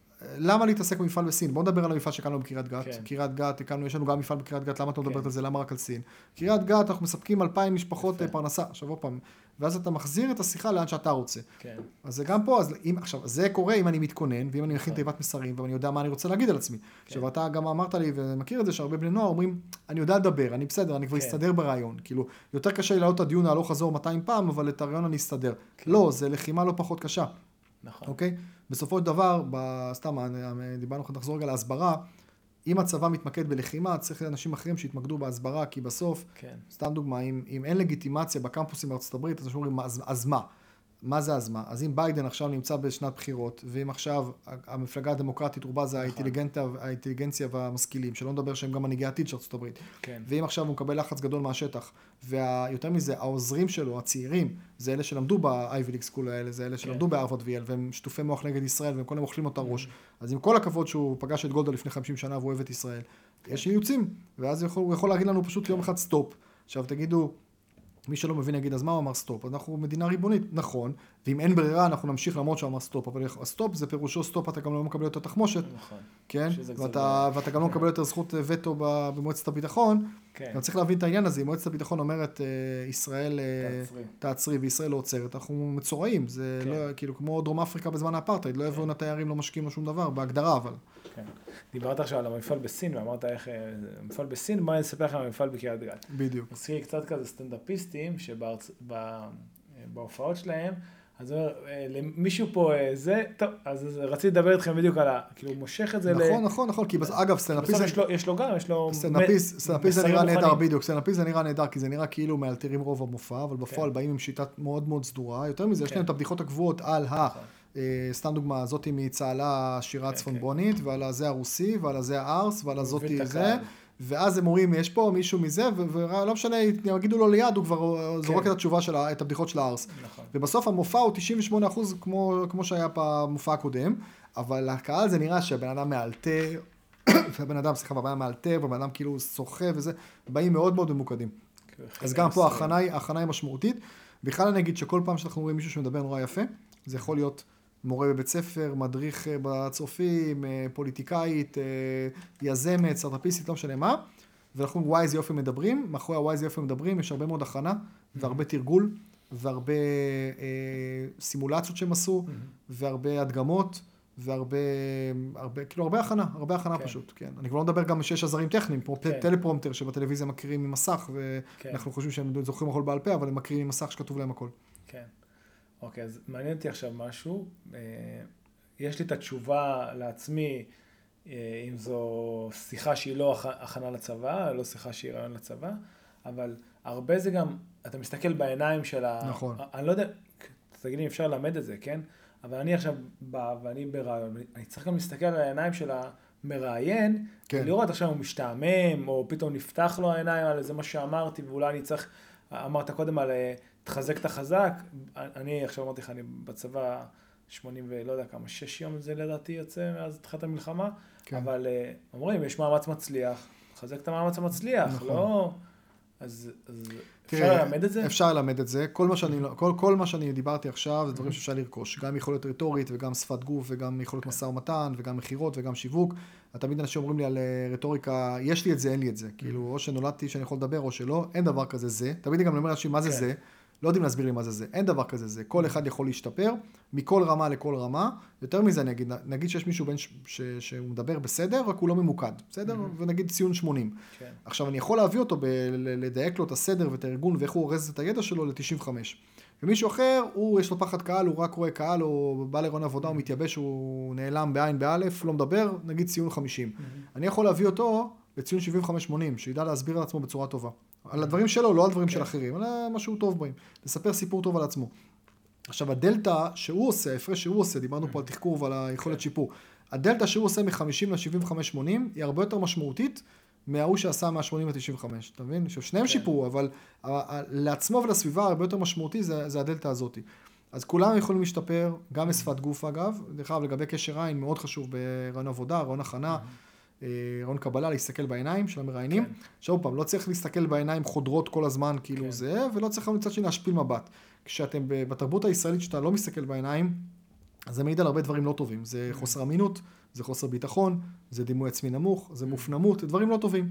למה להתעסק במפעל בסין? בואו נדבר על המפעל שקמנו בקריית גת. כן. קריית גת, הקמנו, יש לנו גם מפעל בקריית גת, למה אתה מדברת על זה? למה רק על סין? קריית גת, אנחנו מספקים אלפיים משפחות פרנסה. עכשיו עוד פעם, ואז אתה מחזיר את השיחה לאן שאתה רוצה. כן. אז זה גם פה, אז אם, עכשיו, זה קורה אם אני מתכונן, ואם אני מכין תיבת מסרים, ואני יודע מה אני רוצה להגיד על עצמי. כן. עכשיו, אתה גם אמרת לי, ומכיר את זה, שהרבה בני נוער אומרים, אני יודע לדבר, אני בסדר, אני כבר כן. אסתדר ברעיון. כאילו, יותר קשה לי לעלות את הדיון הלוך חזור מאתיים פעם, אבל את הרעיון אני אסתדר. כן. לא, זה לחימה לא פחות קשה. נכון. אוקיי? בסופו של דבר, סתם, דיברנו, נחזור רגע להסברה, אם הצבא מתמקד בלחימה, צריך אנשים אחרים שיתמקדו בהסברה, כי בסוף, כן. סתם דוגמה, אם, אם אין לגיטימציה בקמפוסים בארצות הברית, אז אנשים אומרים, אז, אז מה? מה זה אז מה? אז אם ביידן עכשיו נמצא בשנת בחירות, ואם עכשיו המפלגה הדמוקרטית רובה זה האינטליגנציה והמשכילים, שלא נדבר שהם גם מנהיגי העתיד של ארצות הברית, כן. ואם עכשיו הוא מקבל לחץ גדול מהשטח, ויותר מזה, העוזרים שלו, הצעירים, זה אלה שלמדו ב-Ivy League School האלה, זה אלה שלמדו כן. בהרווארד וייל, והם שטופי מוח נגד ישראל, והם כולם אוכלים אותה ראש. Mm-hmm. אז עם כל הכבוד שהוא פגש את גולדה לפני חמישים שנה, והוא אוהב את ישראל, כן. יש אילוצים, ואז הוא יכול, הוא יכול להגיד לנו פשוט כן. יום אחד סטופ. עכשיו תגידו, מי שלא מבין יגיד, אז מה הוא אמר סטופ? אנחנו מדינה ריבונית, נכון, ואם אין ברירה אנחנו נמשיך למרות שהוא אמר סטופ, אבל הסטופ זה פירושו סטופ, אתה גם לא מקבל יותר תחמושת, נכון. כן? ואתה, ואתה גם לא מקבל יותר זכות וטו במועצת הביטחון, כן. אתה צריך להבין את העניין הזה, אם מועצת הביטחון אומרת, ישראל תעצרי, תעצרי וישראל לא עוצרת, אנחנו מצורעים, זה כן. לא, כאילו כמו דרום אפריקה בזמן האפרטהייד, לא יבואו התיירים, לא משקיעים לו שום דבר, בהגדרה אבל. כן. דיברת עכשיו על המפעל בסין, ואמרת איך המפעל בסין, מה נספר לך על המפעל בקריית גת? בדיוק.
מזכיר קצת כזה סטנדאפיסטים, שבהופעות שלהם, אז מישהו פה זה, טוב, אז רציתי לדבר איתכם בדיוק על ה... כאילו, הוא מושך את זה ל...
נכון, נכון, נכון, כי אגב, סטנדאפיסט...
יש לו גם, יש לו...
סטנדאפיסט זה נראה נהדר, בדיוק, סטנדאפיסט זה נראה נהדר, כי זה נראה כאילו מאלתרים רוב המופע, אבל בפועל באים עם שיטה מאוד מאוד סדורה. יותר מזה, יש להם את הבדיחות הקבועות על ה... סתם דוגמה, זאתי מצהלה שירה צפונבונית, ועל הזה הרוסי, ועל הזה הארס, ועל הזאתי זה. ואז הם אומרים, יש פה מישהו מזה, ולא משנה, יגידו לו ליד, הוא כבר זורק את התשובה של, את הבדיחות של הארס. ובסוף המופע הוא תשעים ושמונה אחוז כמו, כמו שהיה במופע הקודם, אבל הקהל זה נראה שהבן אדם מאלתר, והבן אדם, סליחה, והבן אדם מאלתר, והבן אדם כאילו שוחה וזה, באים מאוד מאוד ממוקדים. אז גם פה ההכנה היא משמעותית. בכלל אני אגיד שכל פעם שאנחנו רואים מישהו שמדבר נורא יפה, זה יכול להיות מורה בבית ספר, מדריך בצופים, פוליטיקאית, יזמת, סטארט-אפיסטית, לא משנה מה. ואנחנו וואי איזה יופי מדברים, מאחורי הוואי איזה יופי מדברים, יש הרבה מאוד הכנה, והרבה תרגול, והרבה אה, סימולציות שהם עשו, והרבה הדגמות, והרבה, הרבה, כאילו הרבה הכנה, הרבה הכנה כן. פשוט, כן. אני כבר לא מדבר גם שיש עזרים טכניים, כמו כן. טלפרומטר שבטלוויזיה מקריאים ממסך, ואנחנו כן. חושבים שהם זוכרים הכל בעל פה, אבל הם מקריאים ממסך שכתוב להם הכל.
כן. אוקיי, אז מעניין אותי עכשיו משהו. יש לי את התשובה לעצמי, אם זו שיחה שהיא לא הכנה לצבא, לא שיחה שהיא רעיון לצבא, אבל הרבה זה גם, אתה מסתכל בעיניים של ה...
נכון.
אני לא יודע, תגיד לי, אפשר ללמד את זה, כן? אבל אני עכשיו בא ואני ברעיון, אני צריך גם להסתכל על העיניים של המראיין, כן. ולראות עכשיו הוא משתעמם, או פתאום נפתח לו העיניים על איזה מה שאמרתי, ואולי אני צריך, אמרת קודם על תחזק את החזק, אני עכשיו אמרתי לך, אני בצבא שמונים ולא יודע כמה, שש יום זה לדעתי יוצא מאז התחלת המלחמה, כן. אבל אומרים, יש מאמץ מצליח, תחזק את המאמץ המצליח, נכון. לא... אז, אז אפשר ללמד את זה?
אפשר ללמד את זה. כל מה שאני, כל, כל מה שאני דיברתי עכשיו, זה דברים שאפשר לרכוש. גם יכולת רטורית, וגם שפת גוף, וגם יכולת משא ומתן, וגם מחירות, וגם שיווק. תמיד אנשים אומרים לי על רטוריקה, יש לי את זה, אין לי את זה. כאילו, או שנולדתי שאני יכול לדבר, או שלא. אין דבר כזה זה. תמיד גם אומר לאנשים, מה זה זה? לא יודעים להסביר לי מה זה זה. אין דבר כזה זה. כל אחד יכול להשתפר, מכל רמה לכל רמה. יותר מזה, אני אגיד, נגיד שיש מישהו בין ש... ש... שהוא מדבר בסדר, רק הוא לא ממוקד. בסדר? Mm-hmm. ונגיד ציון שמונים. כן. עכשיו, אני יכול להביא אותו, ב... לדייק לו את הסדר ואת הארגון, ואיך הוא אורז את הידע שלו ל-תשעים וחמש. ומישהו אחר, הוא, יש לו פחד קהל, הוא רק רואה קהל, או בא לרעיון עבודה, הוא מתייבש, הוא נעלם בעין באלף, לא מדבר, נגיד ציון חמישים. Mm-hmm. אני יכול להביא אותו לציון שבעים וחמש שמונים, שידע להסביר על עצמו בצורה טובה. על הדברים שלו, לא על דברים של אחרים, אלא משהו טוב בהם. לספר סיפור טוב על עצמו. עכשיו, הדלטה שהוא עושה, ההפרש שהוא עושה, דיברנו פה על תחקור ועל היכולת שיפור, הדלטה שהוא עושה מ-חמישים ל-שבעים וחמש שמונים, היא הרבה יותר משמעותית מההוא שעשה מה-שמונים ל-תשעים וחמש. אתה מבין? שניהם שיפרו, אבל לעצמו ולסביבה הרבה יותר משמעותי זה הדלטה הזאת. אז כולם יכולים להשתפר, גם בשפת גוף אגב, דרך אגב, לגבי קשר עין, מאוד חשוב ברעיון עבודה, רעיון הכנה, רעיון קבלה, להסתכל בעיניים של המראיינים. כן. עכשיו פעם, לא צריך להסתכל בעיניים חודרות כל הזמן כאילו כן. זה, ולא צריך מצד שני להשפיל מבט. כשאתם בתרבות הישראלית שאתה לא מסתכל בעיניים, אז זה מעיד על הרבה דברים לא טובים. זה חוסר אמינות, זה חוסר ביטחון, זה דימוי עצמי נמוך, זה מופנמות, דברים לא טובים.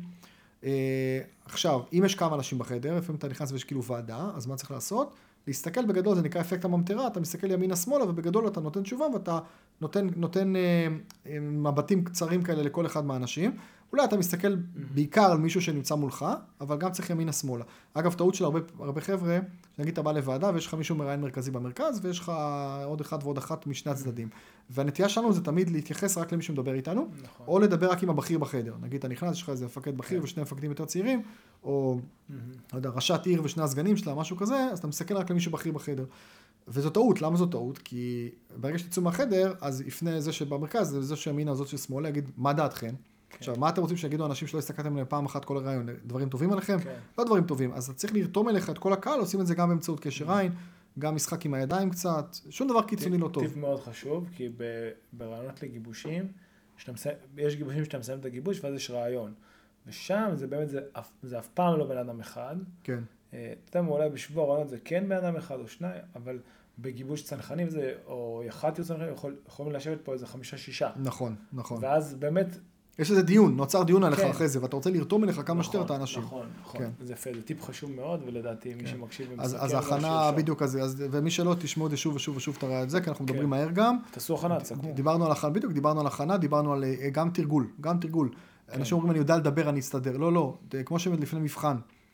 עכשיו, אם יש כמה אנשים בחדר, לפעמים אתה נכנס ויש כאילו ועדה, אז מה צריך לעשות? להסתכל בגדול, זה נקרא אפקט הממטרה, אתה מסתכל ימינה שמאלה, ובגדול אתה נותן תשובה, ואתה נותן, נותן אה, מבטים קצרים כאלה לכל אחד מהאנשים. אולי אתה מסתכל בעיקר על מישהו שנמצא מולך, אבל גם צריך ימינה שמאלה. אגב, טעות של הרבה, הרבה חבר'ה, נגיד אתה בא לוועדה, ויש לך מישהו מראיין מרכזי במרכז, ויש לך עוד אחד ועוד אחת משני הצדדים. והנטייה שלנו זה תמיד להתייחס רק למי שמדבר איתנו, נכון. או לדבר רק עם הבכיר בחדר. נגיד, אתה נכנס, יש לך איזה מפקד בכיר ושני מפקדים יותר צעירים, או, לא יודע, ראשת עיר ושני הסגנים שלה, משהו כזה, אז אתה מסתכל רק למישהו בכיר בחדר. וזו טעות, למה זו טעות? כי ברגע שתצאו מהחדר, אז יפנה זה שבמרכז, זה שימינה, זאת ששמאלה, יגיד, מה דעתכן? עכשיו, מה אתם רוצים שיגידו אנשים שלא הסתכלתם להם פעם אחת כל הרעיון? דברים טובים עליכם? לא דברים טובים. אז צריך לרתום אליך את כל הקהל, עושים את זה גם באמצעות קשר עין, גם משחק עם הידיים קצת, שום דבר קיצוני לא טוב.
טיפ מאוד חשוב, כי ברעיונות לגיבושים, יש גיבושים שאתה מסיים את הגיבוש, ואז יש רעיון. ושם זה באמת, זה אף פעם לא בן אדם אחד.
כן.
אתה יודע, אולי בשבוע הרעיונות זה כן בן אדם אחד או שניים, אבל בגיבוש צנחנים זה, או יחד צנחנים, יכולים לשבת פה איזה חמישה-שישה.
נכון, נכון.
ואז באמת,
יש איזה דיון, נוצר דיון עליך אחרי זה, ואתה רוצה לרתום אליך כמה שיותר את האנשים.
נכון, נכון. זה יפה, זה טיפ חשוב מאוד, ולדעתי מי שמקשיב ומסתכל...
אז ההכנה בדיוק הזה, ומי שלא תשמעו את זה שוב ושוב ושוב את הרעיון הזה, כי אנחנו מדברים מהר גם.
תעשו הכנה, תסכמו.
דיברנו על הכנה, בדיוק, דיברנו על הכנה, דיברנו על גם תרגול, גם תרגול. אנשים אומרים, אני יודע לדבר, אני אסתדר. לא, לא, כמו שמת לפני מבחן.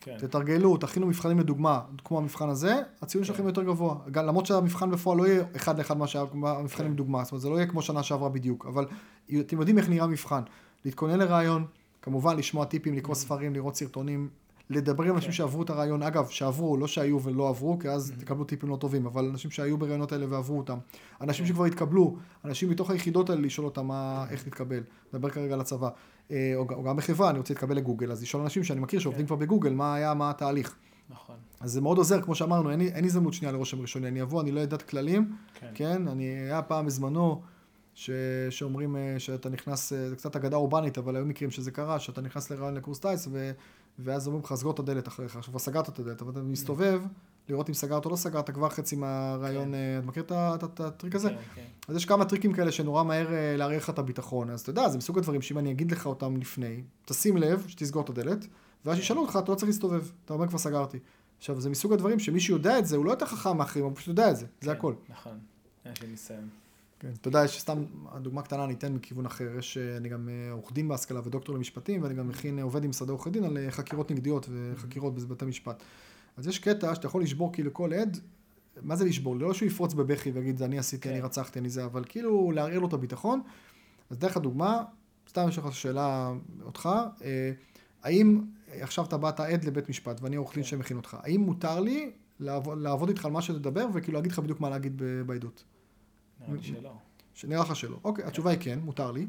כן.
תתרגלו, תכינו מבחנים לדוגמה, כמו המבחן הזה, הציון שלכם יותר גבוה. גם למרות שהמבחן בפועל לא יהיה אחד לאחד מה שהמבחנים לדוגמה, זאת אומרת, זה לא יהיה כמו שנה שעברה בדיוק, אבל אתם יודעים איך נראה מבחן. להתכונן לרעיון, כמובן לשמוע טיפים, לקרוא ספרים, לראות סרטונים, לדבר עם אנשים שעברו את הרעיון, אגב, שעברו, לא שהיו ולא עברו, כי אז תקבלו טיפים לא טובים, אבל אנשים שהיו ברעיונות האלה ועברו אותם, אנשים שכבר התקבלו, אנשים מתוך היחידות האלה לשאול אותם איך להתקבל, לדבר כרגע לצבא, או גם בחברה, אני רוצה להתקבל לגוגל, אז לשאול אנשים שאני מכיר שעובדים כבר בגוגל, מה היה, מה התהליך.
נכון.
אז זה מאוד עוזר, כמו שאמרנו, אין, אין הזדמנות שנייה לרושם ראשוני, אני אבוא, אני לא ידעת כללים, כן, כן אני היה פעם בזמנו, ש... שאומרים שאתה נכנס, זה קצת אגדה אורבנית, אבל היו מקרים שזה קרה, שאתה נכנס לרעיון לקורס טייס, ו... ואז אומרים לך, סגור את הדלת אחריך, עכשיו סגרת את הדלת, אבל אתה מסתובב, לראות אם סגרת או לא סגרת, כבר חצי מהרעיון, כן. אתה מכיר את הטריק הזה?
כן, כן.
אז יש כמה טריקים כאלה שנורא מהר להעריך לך את הביטחון, אז אתה יודע, זה מסוג הדברים שאם אני אגיד לך אותם לפני, תשים לב שתסגור את הדלת, ואז שישאלו אותך, אתה לא צריך להסתובב, אתה אומר כבר סגרתי. עכשיו, זה מסוג הדברים שמישהו יודע את זה, הוא לא יותר חכם מאחרים, הוא פשוט יודע את זה, זה הכל.
נכון, יש לי ניסיון.
כן, אתה יודע, יש סתם, הדוגמה קטנה אני אתן מכיוון אחר, יש, אני גם עורך דין בהשכלה ודוקטור למשפטים, ואני גם מכין, עובד עם משרדי עורכי דין על חקירות נגדיות וחקירות בבתי משפט. אז יש קטע שאתה יכול לשבור כאילו כל עד, מה זה לשבור? לא שהוא יפרוץ בבכי ויגיד, זה אני עשיתי, אני רצחתי, אני זה, אבל כאילו לערער לו את הביטחון. אז דרך הדוגמה, סתם יש לך שאלה אותך, האם עכשיו אתה באת עד לבית משפט, ואני עורך דין שמכין אותך, האם מותר לי לעבוד איתך על מה שתדבר, וכאילו להגיד לך בדיוק מה להגיד בעדות?
נראה לי שלא.
שנראה לך שלא. אוקיי, התשובה היא כן, מותר לי.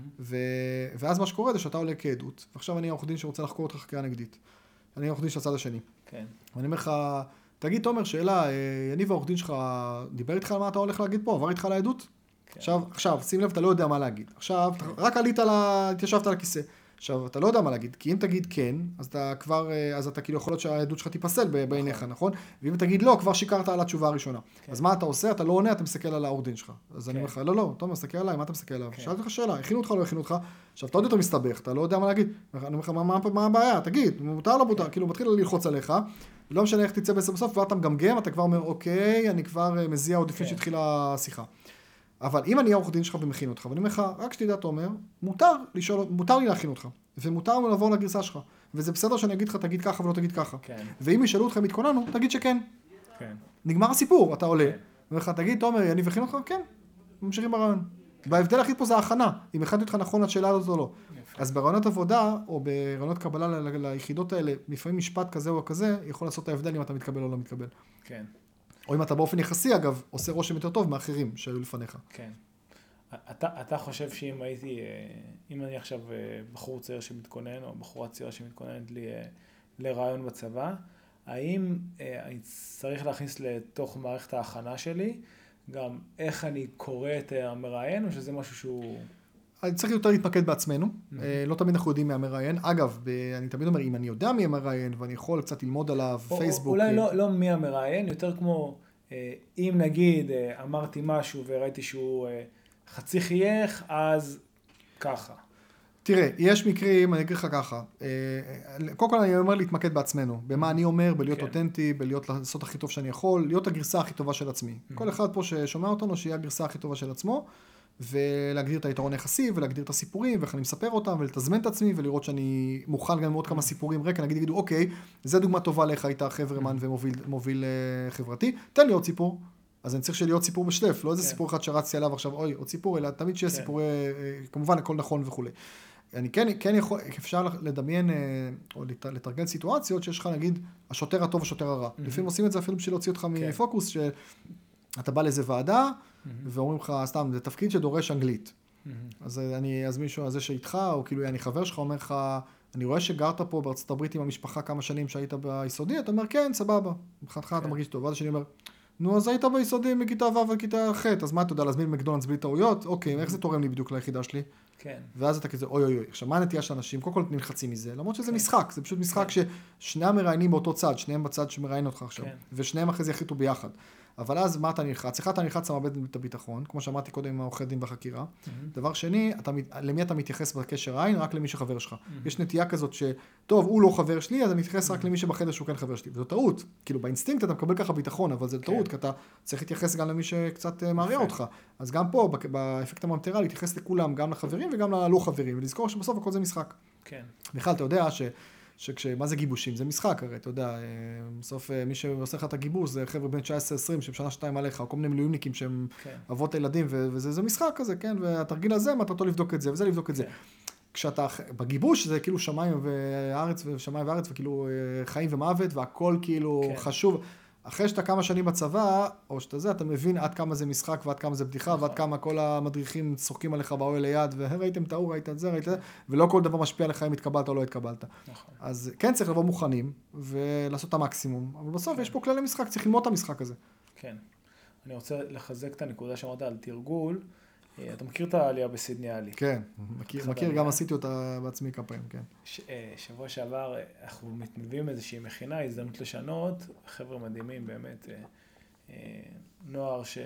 ואז מה שקורה זה שאתה עולה כעדות, ועכשיו אני עורך דין שרוצה לחקור אותך חקירה נגדית. אני עורך דין של הצד השני.
כן.
ואני אומר לך, תגיד, תומר, שאלה, יניב העורך דין שלך דיבר איתך על מה אתה הולך להגיד פה? עבר איתך על העדות? עכשיו, עכשיו, שים לב, אתה לא יודע מה להגיד. עכשיו, רק עלית על ה... התיישבת על הכיסא. עכשיו, אתה לא יודע מה להגיד, כי אם תגיד כן, אז אתה כבר, אז אתה כאילו יכול להיות שהעדות שלך תיפסל בעיניך, נכון? ואם תגיד לא, כבר שיקרת על התשובה הראשונה. אז מה אתה עושה? אתה לא עונה, אתה מסתכל על העורך דין שלך. אז אני אומר לך, לא, לא, תומר, מסתכל עליי, מה אתה מסתכל עליו? שאלתי לך שאלה, הכינו אותך או לא הכינו אותך? עכשיו, אתה עוד יותר מסתבך, אתה לא יודע מה להגיד. אני אומר לך, מה הבעיה? תגיד, מותר לא מותר, כאילו, מתחיל ללחוץ עליך, לא משנה איך תצא בסוף, ואתה מגמגם, אתה כבר אומר, אוקיי, אני כבר מזיע עוד לפני שהתחילה השיחה. אבל אם אני העורך דין שלך ומכין אותך, ואני אומר לך, רק שתדע, תומר, מותר לשאול, מותר לי להכין אותך, ומותר לי לעבור לגרסה שלך, וזה בסדר שאני אגיד לך, תגיד ככה ולא תגיד ככה.
כן.
ואם ישאלו אותך אם התכוננו, תגיד שכן.
כן.
נגמר הסיפור, אתה עולה. אומר לך, תגיד, תומר, אני מכין אותך? כן. ממשיכים ברעיון. וההבדל הכי פה זה ההכנה, אם הכנתי אותך נכון לשאלה הזאת או לא. אז ברעיונות עבודה, או ברעיונות קבלה ליחידות האלה, לפעמים משפט כזה או כזה, יכול לעשות את ההבדל אם אתה מתקבל או לא מתקבל.
כן.
או אם אתה באופן יחסי, אגב, עושה רושם יותר טוב מאחרים שהיו לפניך.
כן. אתה, אתה חושב שאם הייתי, אם אני עכשיו בחור צעיר שמתכונן, או בחורה צעירה שמתכוננת לי לרעיון בצבא, האם אני צריך להכניס לתוך מערכת ההכנה שלי, גם איך אני קורא את המראיין, או שזה משהו שהוא...
אני צריך יותר להתמקד בעצמנו, לא תמיד אנחנו יודעים מי המראיין. אגב, אני תמיד אומר, אם אני יודע מי המראיין, ואני יכול קצת ללמוד עליו, פייסבוק...
אולי לא מי המראיין, יותר כמו, אם נגיד אמרתי משהו וראיתי שהוא חצי חייך, אז ככה.
תראה, יש מקרים, אני אגיד לך ככה, קודם כל אני אומר להתמקד בעצמנו, במה אני אומר, בלהיות אותנטי, בלהיות לעשות הכי טוב שאני יכול, להיות הגרסה הכי טובה של עצמי. כל אחד פה ששומע אותנו, שיהיה הגרסה הכי טובה של עצמו, ולהגדיר את היתרון היחסי, ולהגדיר את הסיפורים, ואיך אני מספר אותם, ולתזמן את עצמי, ולראות שאני מוכן גם לראות כמה סיפורים רקע, נגיד, יגידו, אוקיי, זה דוגמה טובה לך, היית חברמן ומוביל חברתי, תן לי עוד סיפור. אז אני צריך שיהיה עוד סיפור בשלף, לא איזה סיפור אחד שרצתי עליו עכשיו, אוי, עוד סיפור, אלא תמיד שיהיה סיפורי, כמובן, הכל נכון וכו'. אני כן, כן יכול, אפשר לדמיין, או לתרגל סיטואציות שיש לך, נגיד, השוטר הטוב, השוטר הרע. לפעמים עושים את זה אפילו בשביל להוציא אותך מפוקוס, שאתה בא לאיזה ועדה, ואומרים לך, סתם, זה תפקיד שדורש אנגלית. אז אני, אז מישהו הזה שאיתך, או כאילו, אני חבר שלך, אומר לך, אני רואה שגרת פה בארצות הברית עם המשפחה כמה שנים שהיית ביסודי, אתה אומר, כן, סבבה. מבחינתך אתה מרגיש טוב. ואז שאני אומר, נו, אז היית ביסודי מכיתה ו' וכיתה ח', אז מה אתה יודע, להזמין מקדונלדס בלי טעויות? אוקיי, איך זה תורם לי בדיוק ליחידה שלי?
כן.
ואז אתה כזה, אוי אוי אוי. עכשיו, מה הנטייה של אנשים? קודם כל נלחצים מזה, למרות שזה משחק, זה פשוט משחק ששני המראיינים באותו צד, שניהם בצד שמראיין אותך עכשיו, ושניהם אחרי זה יחליטו ביחד. אבל אז מה אתה נלחץ? אחד אתה נלחץ מאבד את הביטחון, כמו שאמרתי קודם עם העורכי דין בחקירה. דבר שני, אתה, למי אתה מתייחס בקשר עין? רק למי שחבר שלך. יש נטייה כזאת שטוב, הוא לא חבר שלי, אז אני מתייחס רק למי שבחדר שהוא כן חבר שלי. וזו טעות. כאילו באינסטינקט אתה מקבל ככה ביטחון, אבל זה טעות, כי אתה צריך להתייחס גם למי שקצת מעריע אותך. אז גם פה, באפקט הממטרה, להתייחס לכולם, גם לחברים וגם ללא חברים, ולזכור שבסוף הכל זה משחק.
כן.
בכלל, אתה יודע ש שמה זה גיבושים? זה משחק, הרי, אתה יודע, בסוף מי שעושה לך את הגיבוש זה חבר'ה בין תשע עשרה עשרים שבשנה שתיים עליך, או כל מיני מילואימניקים שהם
כן.
אבות הילדים, וזה זה משחק כזה, כן? והתרגיל הזה, מטרתו לבדוק את זה, וזה לבדוק את זה.
כן.
כשאתה, בגיבוש זה כאילו שמיים וארץ, ושמיים וארץ, וכאילו חיים ומוות, והכל כאילו כן. חשוב. אחרי שאתה כמה שנים בצבא, או שאתה זה, אתה מבין עד כמה זה משחק, ועד כמה זה בדיחה, נכון. ועד כמה כל המדריכים צוחקים עליך באוהל ליד, וראיתם את ההוא, ראית את זה, ראית את זה, ולא כל דבר משפיע עליך אם התקבלת או לא התקבלת. נכון. אז כן צריך לבוא מוכנים, ולעשות את המקסימום, אבל בסוף כן. יש פה כללי משחק, צריך ללמוד את המשחק הזה.
כן. אני רוצה לחזק את הנקודה שאמרת על תרגול. אתה מכיר את העלייה בסידני עלי?
כן, מכיר, מכיר גם עשיתי אותה בעצמי כמה פעמים, כן.
ש, שבוע שעבר אנחנו מתנדבים איזושהי מכינה, הזדמנות לשנות, חבר'ה מדהימים באמת, נוער ש,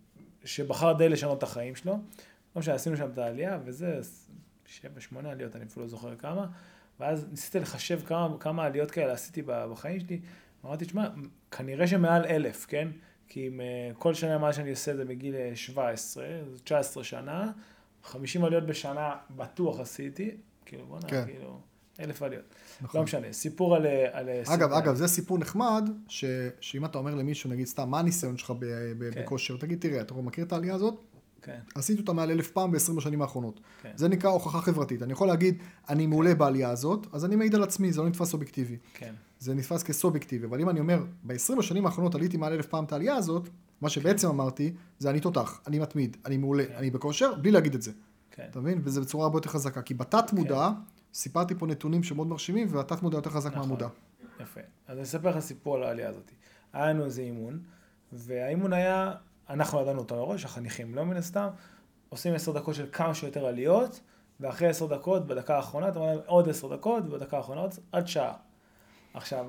שבחר די לשנות את החיים שלו. לא שעשינו שם את העלייה, וזה שבע, שמונה עליות, אני אפילו לא זוכר כמה, ואז ניסיתי לחשב כמה, כמה עליות כאלה עשיתי בחיים שלי, אמרתי, תשמע, כנראה שמעל אלף, כן? כי עם כל שנה מה שאני עושה זה בגיל שבע עשרה, תשע עשרה שנה, חמישים עליות בשנה בטוח עשיתי, כאילו בוא נע, כן. כאילו, אלף עליות. נכון. לא משנה, סיפור על... על
אגב, סיפור. אגב, זה סיפור נחמד, ש, שאם אתה אומר למישהו, נגיד סתם, מה הניסיון שלך ב, ב, כן. בכושר? תגיד, תראה, אתה מכיר את העלייה הזאת? כן. עשיתי אותה מעל אלף פעם ב-עשרים השנים האחרונות. כן. זה נקרא הוכחה חברתית. אני יכול להגיד, אני מעולה כן. בעלייה הזאת, אז אני מעיד על עצמי, זה לא נתפס אובייקטיבי. כן. זה נתפס כסובייקטיבי. אבל אם אני אומר, ב-עשרים השנים האחרונות עליתי מעל אלף פעם את העלייה הזאת, מה שבעצם כן. אמרתי, זה אני תותח, אני מתמיד, אני מעולה, כן. אני בכושר, בלי להגיד את זה. כן. אתה מבין? וזה בצורה הרבה יותר חזקה. כי בתת מודע, כן. סיפרתי פה נתונים שמאוד מרשימים, והתת מודע יותר חזק נכון. מהמודע.
יפה. אז אני אספר לך סיפור על העלייה הזאת. היה לנו איזה אימון, והאימון היה, אנחנו ידענו אותו מראש, החניכים לא מן הסתם, עושים עשר דקות של כמה שיותר עליות, ואחרי עשר דקות, בדקה האחרונה, אתה אומר עוד עשר דקות, ובדקה האחרונה עוד, עד שעה. עכשיו,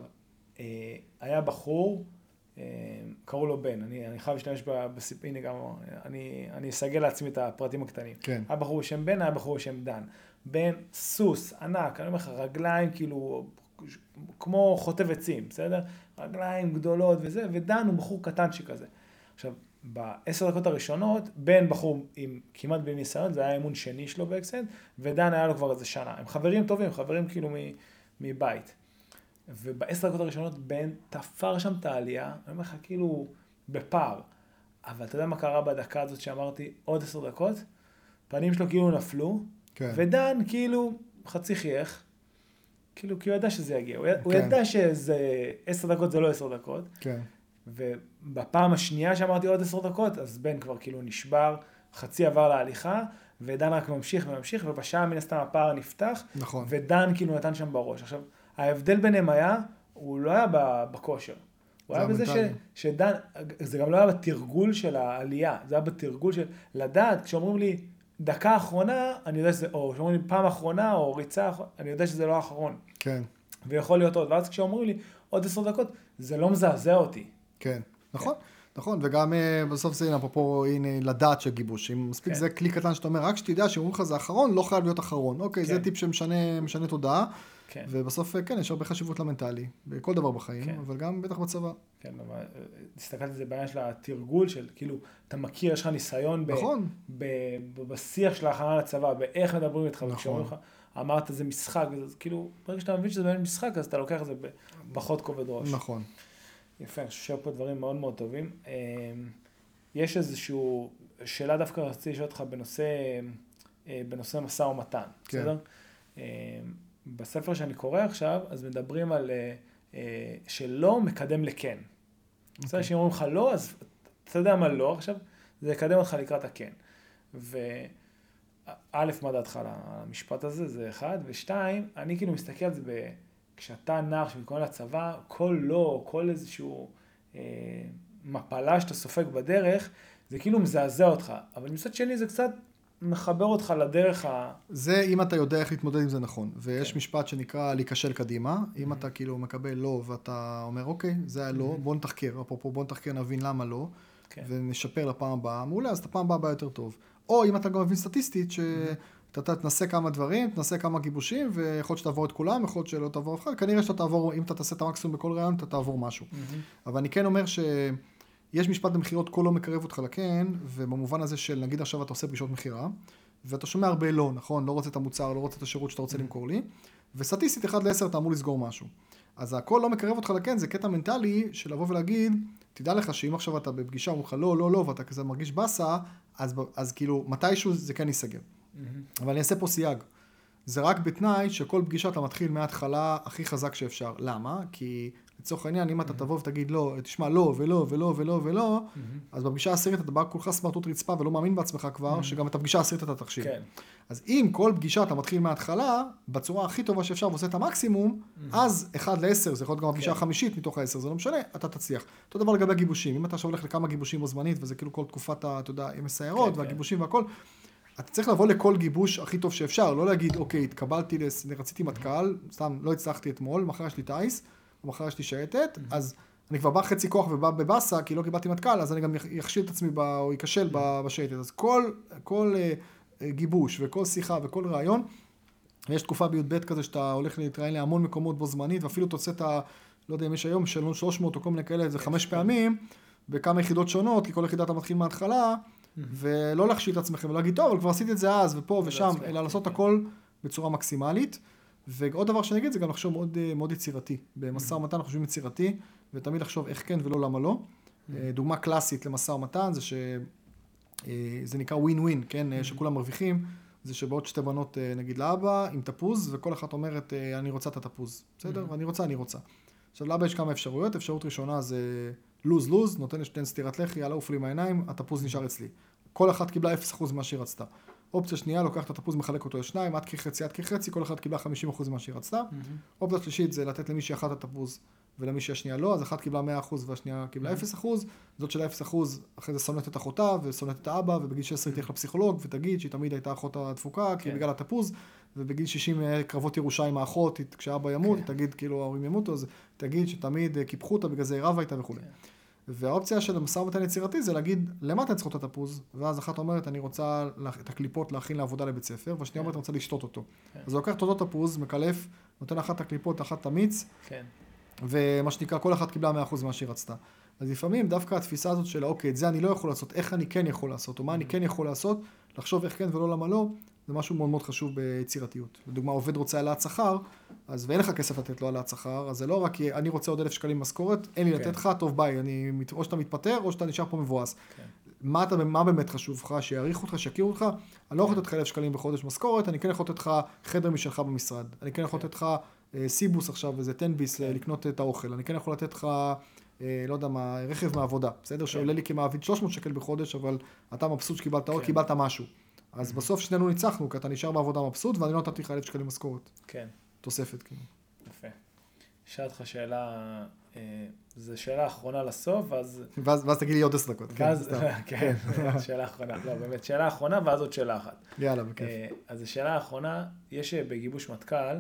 היה בחור, קראו לו בן, אני, אני חייב להשתמש בסיפור, הנה גם, אני, אני אסגל לעצמי את הפרטים הקטנים. כן. היה בחור בשם בן, היה בחור בשם דן. בן, סוס, ענק, אני אומר לך, רגליים כאילו, כמו חוטב עצים, בסדר? רגליים גדולות וזה, ודן הוא בחור קטן שכזה. עכשיו, בעשר דקות הראשונות, בן בחור עם כמעט בלי ניסיון, זה היה אימון שני שלו באקסנט, ודן היה לו כבר איזה שנה. הם חברים טובים, חברים כאילו מבית. ובעשר דקות הראשונות, בן תפר שם את העלייה, אני אומר לך כאילו בפער. אבל אתה יודע מה קרה בדקה הזאת שאמרתי עוד עשר דקות? פנים שלו כאילו נפלו, כן. ודן כאילו חצי חייך, כאילו כי הוא ידע שזה יגיע. כן. הוא ידע שזה עשר דקות זה לא עשר דקות. כן. ובפעם השנייה שאמרתי עוד עשר דקות, אז בן כבר כאילו נשבר, חצי עבר להליכה, ודן רק ממשיך וממשיך, ובשעה מן הסתם הפער נפתח, נכון. ודן כאילו נתן שם בראש. עכשיו, ההבדל ביניהם היה, הוא לא היה בכושר. הוא היה בזה ש, שדן, זה גם לא היה בתרגול של העלייה, זה היה בתרגול של לדעת, כשאומרים לי דקה אחרונה, אני יודע שזה, או כשאומרים לי פעם אחרונה, או ריצה, אני יודע שזה לא האחרון. כן. ויכול להיות עוד, ואז כשאומרים לי עוד עשר דקות, זה לא מזעזע אותי.
כן, נכון, נכון, וגם בסוף זה, אפרופו, הנה, לדעת של גיבוש, אם מספיק זה כלי קטן שאתה אומר, רק שתדע שאומרים לך זה אחרון, לא חייב להיות אחרון, אוקיי, זה טיפ שמשנה תודעה, ובסוף, כן, יש הרבה חשיבות למנטלי, בכל דבר בחיים, אבל גם בטח בצבא. כן, אבל
תסתכלת על זה בעיה של התרגול, של כאילו, אתה מכיר, יש לך ניסיון בשיח של ההכנה לצבא, באיך מדברים איתך, וכשאומרים לך, אמרת, זה משחק, כאילו, ברגע שאתה מבין שזה באמת משחק, אז אתה לוקח את זה פחות כובד ראש. נכון. יפה, אני חושב פה דברים מאוד מאוד טובים. יש איזושהי שאלה דווקא רציתי לשאול אותך בנושא, בנושא משא ומתן, בסדר? בספר שאני קורא עכשיו, אז מדברים על שלא מקדם לכן. בסדר, שאם אומרים לך לא, אז אתה יודע מה לא, עכשיו זה יקדם אותך לקראת הכן. וא', מה דעתך על המשפט הזה, זה אחד, ושתיים, אני כאילו מסתכל על זה ב... כשאתה נער שמתכונן לצבא, כל לא, כל איזשהו אה, מפלה שאתה סופג בדרך, זה כאילו מזעזע אותך. אבל מצד שני זה קצת מחבר אותך לדרך ה...
זה אם אתה יודע איך להתמודד עם זה נכון. ויש כן. משפט שנקרא להיכשל קדימה. Mm-hmm. אם אתה כאילו מקבל לא ואתה אומר, אוקיי, זה היה לא, mm-hmm. בוא נתחקר. אפרופו, בוא נתחקר, נבין למה לא, כן. ונשפר לפעם הבאה. מעולה, אז את הפעם הבאה יותר טוב. או אם אתה גם מבין סטטיסטית ש... Mm-hmm. אתה תנסה כמה דברים, תנסה כמה גיבושים, ויכול להיות שתעבור את כולם, יכול להיות שלא תעבור אחד, כנראה שאתה תעבור, אם אתה תעשה את המקסימום בכל רעיון, אתה תעבור משהו. Mm-hmm. אבל אני כן אומר שיש משפט במחירות, כל לא מקרב אותך לכן, ובמובן הזה של, נגיד עכשיו אתה עושה פגישות מחירה, ואתה שומע הרבה לא, נכון? לא רוצה את המוצר, לא רוצה את השירות שאתה רוצה למכור לי, וסטטיסטית אחד לעשר אתה אמור לסגור משהו. אז הכל לא מקרב אותך לכן, זה קטע מנטלי של לבוא ולהגיד, תדע לך שאם עכשיו אתה בפגישה, אומרים לך לא, לא, לא, ואתה כזה מרגיש בסה, אז, אז כאילו, מתישהו זה כן ייסגר. אבל אני אעשה פה סייג. זה רק בתנאי שכל פגישה אתה מתחיל מההתחלה הכי חזק שאפשר. למה? כי לצורך העניין, אם אתה תבוא ותגיד לא, תשמע לא ולא ולא ולא ולא, אז בפגישה העשירית אתה בא כל כך סמרטוט רצפה ולא מאמין בעצמך כבר, שגם את הפגישה העשירית אתה תכשיל. אז אם כל פגישה אתה מתחיל מההתחלה, בצורה הכי טובה שאפשר ועושה את המקסימום, אז אחד לעשר, זה יכול להיות גם הפגישה החמישית מתוך העשר, זה לא משנה, אתה תצליח. אותו דבר לגבי גיבושים. אם אתה עכשיו הולך לכמה גיבושים בו זמנית, וזה כאילו כל תקופת, אתה יודע, עם הסיירות והגיבושים והכל, אתה צריך לבוא לכל גיבוש הכי טוב שאפשר, לא להגיד, אוקיי, התקבלתי, רציתי מטכ"ל, סתם לא הצלחתי אתמול, מחר יש לי טייס, ומחר יש לי שייטת, אז אני כבר בא חצי כוח ובא בבאסה, כי לא קיבלתי מטכ"ל, אז אני גם יכשיל את עצמי או ייכשל בשייטת. אז כל, כל גיבוש וכל שיחה וכל רעיון, יש תקופה בי"ב כזה שאתה הולך להתראיין להמון מקומות בו זמנית, ואפילו תוצא את ה... לא יודע אם יש היום, שלון שלוש מאות או כל מיני כאלה, זה חמש פעמים, בכמה יחידות שונות, כי כל יחידה אתה מתחיל מההתחלה, ולא להכשיל את עצמכם, ולהגיד, טוב, אבל כבר עשיתי את זה אז, ופה ושם, אלא לעשות הכל בצורה מקסימלית. ועוד דבר שאני אגיד, זה גם לחשוב מאוד, מאוד יצירתי. במשא ומתן אנחנו חושבים יצירתי, ותמיד לחשוב איך כן ולא למה לא. דוגמה קלאסית למשא ומתן, זה שזה נקרא ווין ווין, כן? שכולם מרוויחים, זה שבעוד שתי בנות, נגיד לאבא, עם תפוז, וכל אחת אומרת, אני רוצה את התפוז. בסדר? ואני רוצה, אני רוצה. עכשיו, לאבא יש כמה אפשרויות. אפשרות ראשונה זה לוז לוז, נותן לשתיהן סטירת לחי, יאללה עוף לי מהעיניים, התפוז נשאר אצלי. כל אחת קיבלה אפס אחוז ממה שהיא רצתה. אופציה שנייה, לוקח את התפוז, מחלק אותו לשניים, עד כחצי, עד כחצי, כל אחד קיבלה חמישים אחוז ממה שהיא רצתה. אופציה שלישית זה לתת למישהי אחת את התפוז ולמישהי השנייה לא, אז אחת קיבלה מאה אחוז והשנייה קיבלה אפס אחוז, זאת של אפס אחוז אחרי זה שונאת את אחותה ושונאת את האבא, ובגיל שש עשרה תלך לפסיכולוג ותגיד שהיא תמיד הייתה אחות הדפוקה, כי בגלל התפוז, ובגיל שישים קרבות ירושה עם האחות, כשאבא ימות, תגיד כאילו ההורים ימותו, אז תגיד שתמיד קיפחו אותה, בגלל זה היא רבה איתה וכו'. והאופציה של המשא ומתן יצירתי זה להגיד למה אתן צריכות את התפוז, ואז אחת אומרת אני רוצה את הקליפות להכין לעבודה לבית ספר, והשנייה אומרת אני רוצה לשתות אותו. אז הוא לוקח את אותו תפוז, מקלף, נותן אחת את הקליפות, אחת את המיץ, ומה שנקרא כל אחת קיבלה מאה אחוז מה שהיא רצתה. אז לפעמים דווקא התפיסה הזאת של אוקיי, את זה אני לא יכול לעשות, איך אני כן יכול לעשות, או מה אני כן יכול לעשות, לחשוב איך כן ולא למה לא, זה משהו מאוד מאוד חשוב ביצירתיות. לדוגמה, עובד רוצה העלאת שכר, אז ואין לך כסף לתת לו העלאת שכר, אז זה לא רק אני רוצה עוד אלף שקלים משכורת, אין לי לתת לך, טוב ביי, אני, או שאתה מתפטר או שאתה נשאר פה מבואס. מה, אתה, מה באמת חשוב לך? שיעריכו אותך, שיכירו אותך? אני לא יכול לתת לך אלף שקלים בחודש משכורת, אני כן יכול לתת לך חדר משלך במשרד. אני כן יכול לתת לך סיבוס עכשיו, איזה טנביס לקנות את האוכל. אני כן יכול לתת לך, לא יודע מה, רכב מעבודה. בסדר? שעולה לי כמעביד שלוש מאות שקל בחודש, אבל אתה מבסוט שקיבלת, קיבלת משהו. אז בסוף שנינו ניצחנו, כי אתה נשאר בעבודה מבסוט, ואני לא נתתי לך אלף שקלים משכורת.
כן.
תוספת, כאילו.
יפה. אשאל אותך שאלה, זו שאלה אחרונה לסוף, אז...
ואז תגיד לי עוד עשר דקות.
כן, שאלה אחרונה. לא, באמת, שאלה אחרונה, ואז עוד שאלה אחת.
יאללה, בכיף.
אז השאלה האחרונה, יש בגיבוש מטכ"ל,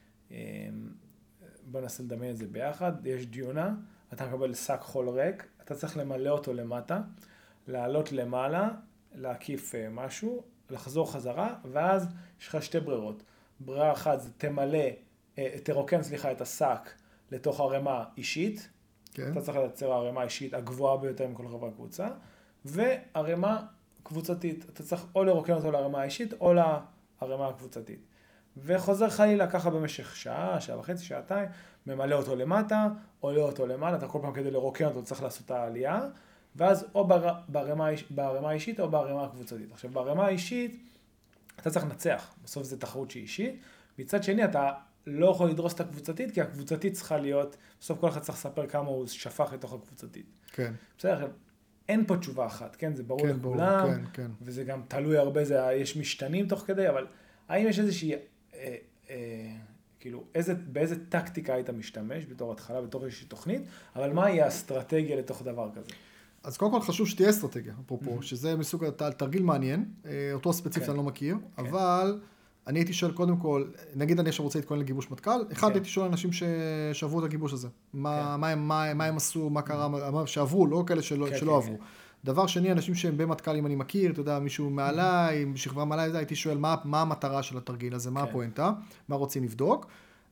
בוא ננסה לדמיין את זה ביחד, יש דיונה, אתה מקבל שק חול ריק, אתה צריך למלא אותו למטה, לעלות למעלה, להקיף משהו, לחזור חזרה, ואז יש לך שתי ברירות. ברירה אחת זה תמלא, תרוקן, סליחה, את השק לתוך הרמה אישית. כן. אתה צריך לייצר הרמה אישית הגבוהה ביותר מכל חברה קבוצה, והרמה קבוצתית. אתה צריך או לרוקן אותו לרמה האישית, או לרמה הקבוצתית. וחוזר חלילה ככה במשך שעה, שעה וחצי, שעתיים, ממלא אותו למטה, עולה אותו למעלה, אתה כל פעם כדי לרוקן אותו צריך לעשות את העלייה, ואז או בר, ברמה, ברמה האישית או ברמה הקבוצתית. עכשיו, ברמה האישית, אתה צריך לנצח. בסוף זה תחרות שהיא אישית. מצד שני, אתה לא יכול לדרוס את הקבוצתית, כי הקבוצתית צריכה להיות, בסוף כל אחד צריך לספר כמה הוא שפך לתוך הקבוצתית.
כן.
בסדר, אין פה תשובה אחת, כן? זה ברור כן, לכולם,
ברור, כן, כן.
וזה גם תלוי הרבה, זה, יש משתנים תוך כדי, אבל האם יש איזושהי, אה, אה, כאילו, איזה, באיזה טקטיקה היית משתמש בתור התחלה, בתור איזושהי תוכנית, אבל מהי האסטרטגיה לתוך דבר כזה?
אז קודם כל חשוב שתהיה אסטרטגיה, אפרופו, mm-hmm. שזה מסוג תרגיל מעניין, אותו ספציפית okay. אני לא מכיר, okay. אבל אני הייתי שואל קודם כל, נגיד אני עכשיו רוצה להתכונן לגיבוש מטכ"ל, אחד okay. הייתי שואל אנשים ששעברו את הגיבוש הזה, מה, okay. מה, הם, מה, מה הם עשו, מה קרה, מה שעברו, לא כאלה שלא, okay, שלא okay, עברו. Okay. דבר שני, אנשים שהם במטכ"לים אני מכיר, אתה יודע, מישהו מעליי, שכבה מעליי, הייתי שואל מה, מה המטרה של התרגיל הזה, מה okay. הפואנטה, מה רוצים לבדוק.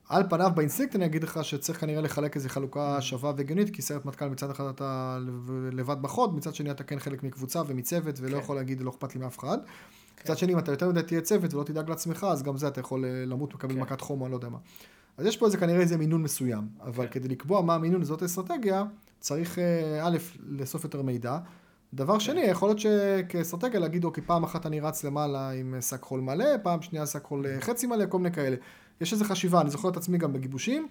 על פניו באינסטינקט אני אגיד לך שצריך כנראה לחלק איזו חלוקה שווה והגיונית, כי סיירת מטכ"ל מצד אחד אתה לבד בחוד, מצד שני אתה כן חלק מקבוצה ומצוות, ולא יכול להגיד לא אכפת לי מאף אחד. מצד שני, אם אתה יותר מדי תהיה צוות ולא תדאג לעצמך, אז גם זה אתה יכול למות מקבל מכת חום או אני לא יודע מה. אז יש פה איזה כנראה איזה מינון מסוים, אבל כדי לקבוע מה המינון זאת האסטרטגיה, צריך א', לאסוף יותר מידע. דבר שני, יכול להיות שכאסטרטגיה להגיד, אוקיי, פעם אחת אני רץ למעלה עם שק חול מלא, פעם שנייה שק חול חצי מלא, כל מיני כאלה. יש איזו חשיבה, אני זוכר את עצמי גם בגיבושים,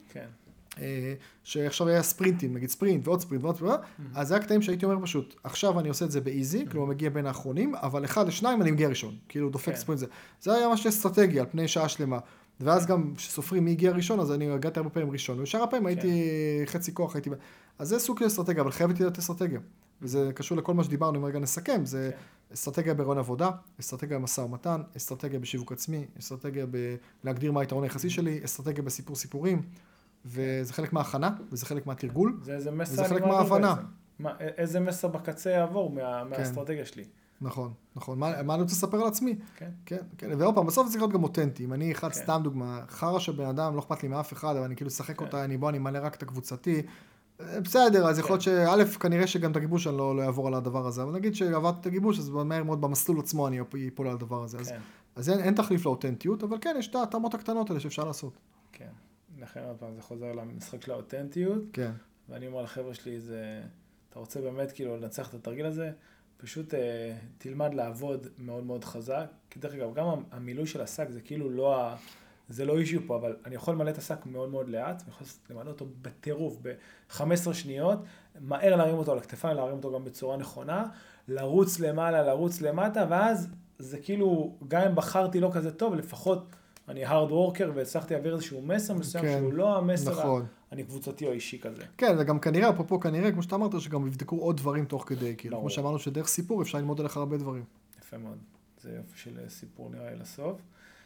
שעכשיו היה ספרינטים, נגיד ספרינט ועוד ספרינט ועוד ספרינט, אז זה הקטעים שהייתי אומר פשוט, עכשיו אני עושה את זה באיזי, כלומר מגיע בין האחרונים, אבל אחד לשניים אני מגיע ראשון, כאילו דופק ספרינט זה. זה היה ממש אסטרטגיה על פני שעה שלמה. ואז גם כשסופרים מי הגיע ראשון, אז אני הגעתי הרבה פעמים ראשון, ושאר הפעמים הייתי חצי כוח, הייתי... אז זה סוג של אסטרטגיה, אבל חייבת להיות אסטרטגיה. וזה קשור לכל מה שדיברנו, אם רגע נסכם, זה אסטרטגיה ברעיון עבודה, אסטרטגיה במשא ומתן, אסטרטגיה בשיווק עצמי, אסטרטגיה בלהגדיר מה היתרון היחסי שלי, אסטרטגיה בסיפור סיפורים, וזה חלק מההכנה, וזה חלק מהתרגול, וזה חלק מההבנה.
איזה מסר בקצה יעבור מהאסטרטגיה שלי?
נכון, נכון. מה אני רוצה לספר על עצמי? כן. כן, כן. ועוד פעם, בסוף זה צריך להיות גם אותנטי. אם אני אחד, סתם דוגמה, חרא שבן אדם, לא אכפת לי מאף אחד, אבל אני כאילו שחק אותה, אני בוא, אני מלא רק את הקבוצתי. בסדר, אז יכול להיות שא', כנראה שגם את הגיבוש אני לא אעבור על הדבר הזה, אבל נגיד שעברתי את הגיבוש, אז מהר מאוד במסלול עצמו אני אפול על הדבר הזה. אז אין תחליף לאותנטיות, אבל כן, יש את ההתאמות הקטנות האלה שאפשר לעשות.
כן. לכן עוד פעם, זה חוזר למשחק של האותנטיות. כן. ואני אומר לחבר'ה שלי, אתה רוצה באמת כאילו לנצח את התרגיל הזה, פשוט uh, תלמד לעבוד מאוד מאוד חזק, כי דרך אגב, גם המילוי של השק זה כאילו לא, ה... זה לא אישיו פה, אבל אני יכול למלא את השק מאוד מאוד לאט, ואני יכול למלא אותו בטירוף, ב-חמש עשרה שניות, מהר להרים אותו על הכתפיים, להרים אותו גם בצורה נכונה, לרוץ למעלה, לרוץ למטה, ואז זה כאילו, גם אם בחרתי לא כזה טוב, לפחות אני hard worker והצלחתי להעביר איזשהו מסר מסוים, כן, שהוא לא המסר, נכון. אני קבוצתי או אישי כזה.
כן, וגם כנראה, אפרופו כנראה, כמו שאתה אמרת, שגם יבדקו עוד דברים תוך כדי, כאילו, כמו שאמרנו שדרך סיפור אפשר ללמוד עליך הרבה דברים.
יפה מאוד, זה יופי של סיפור נראה לי לסוף.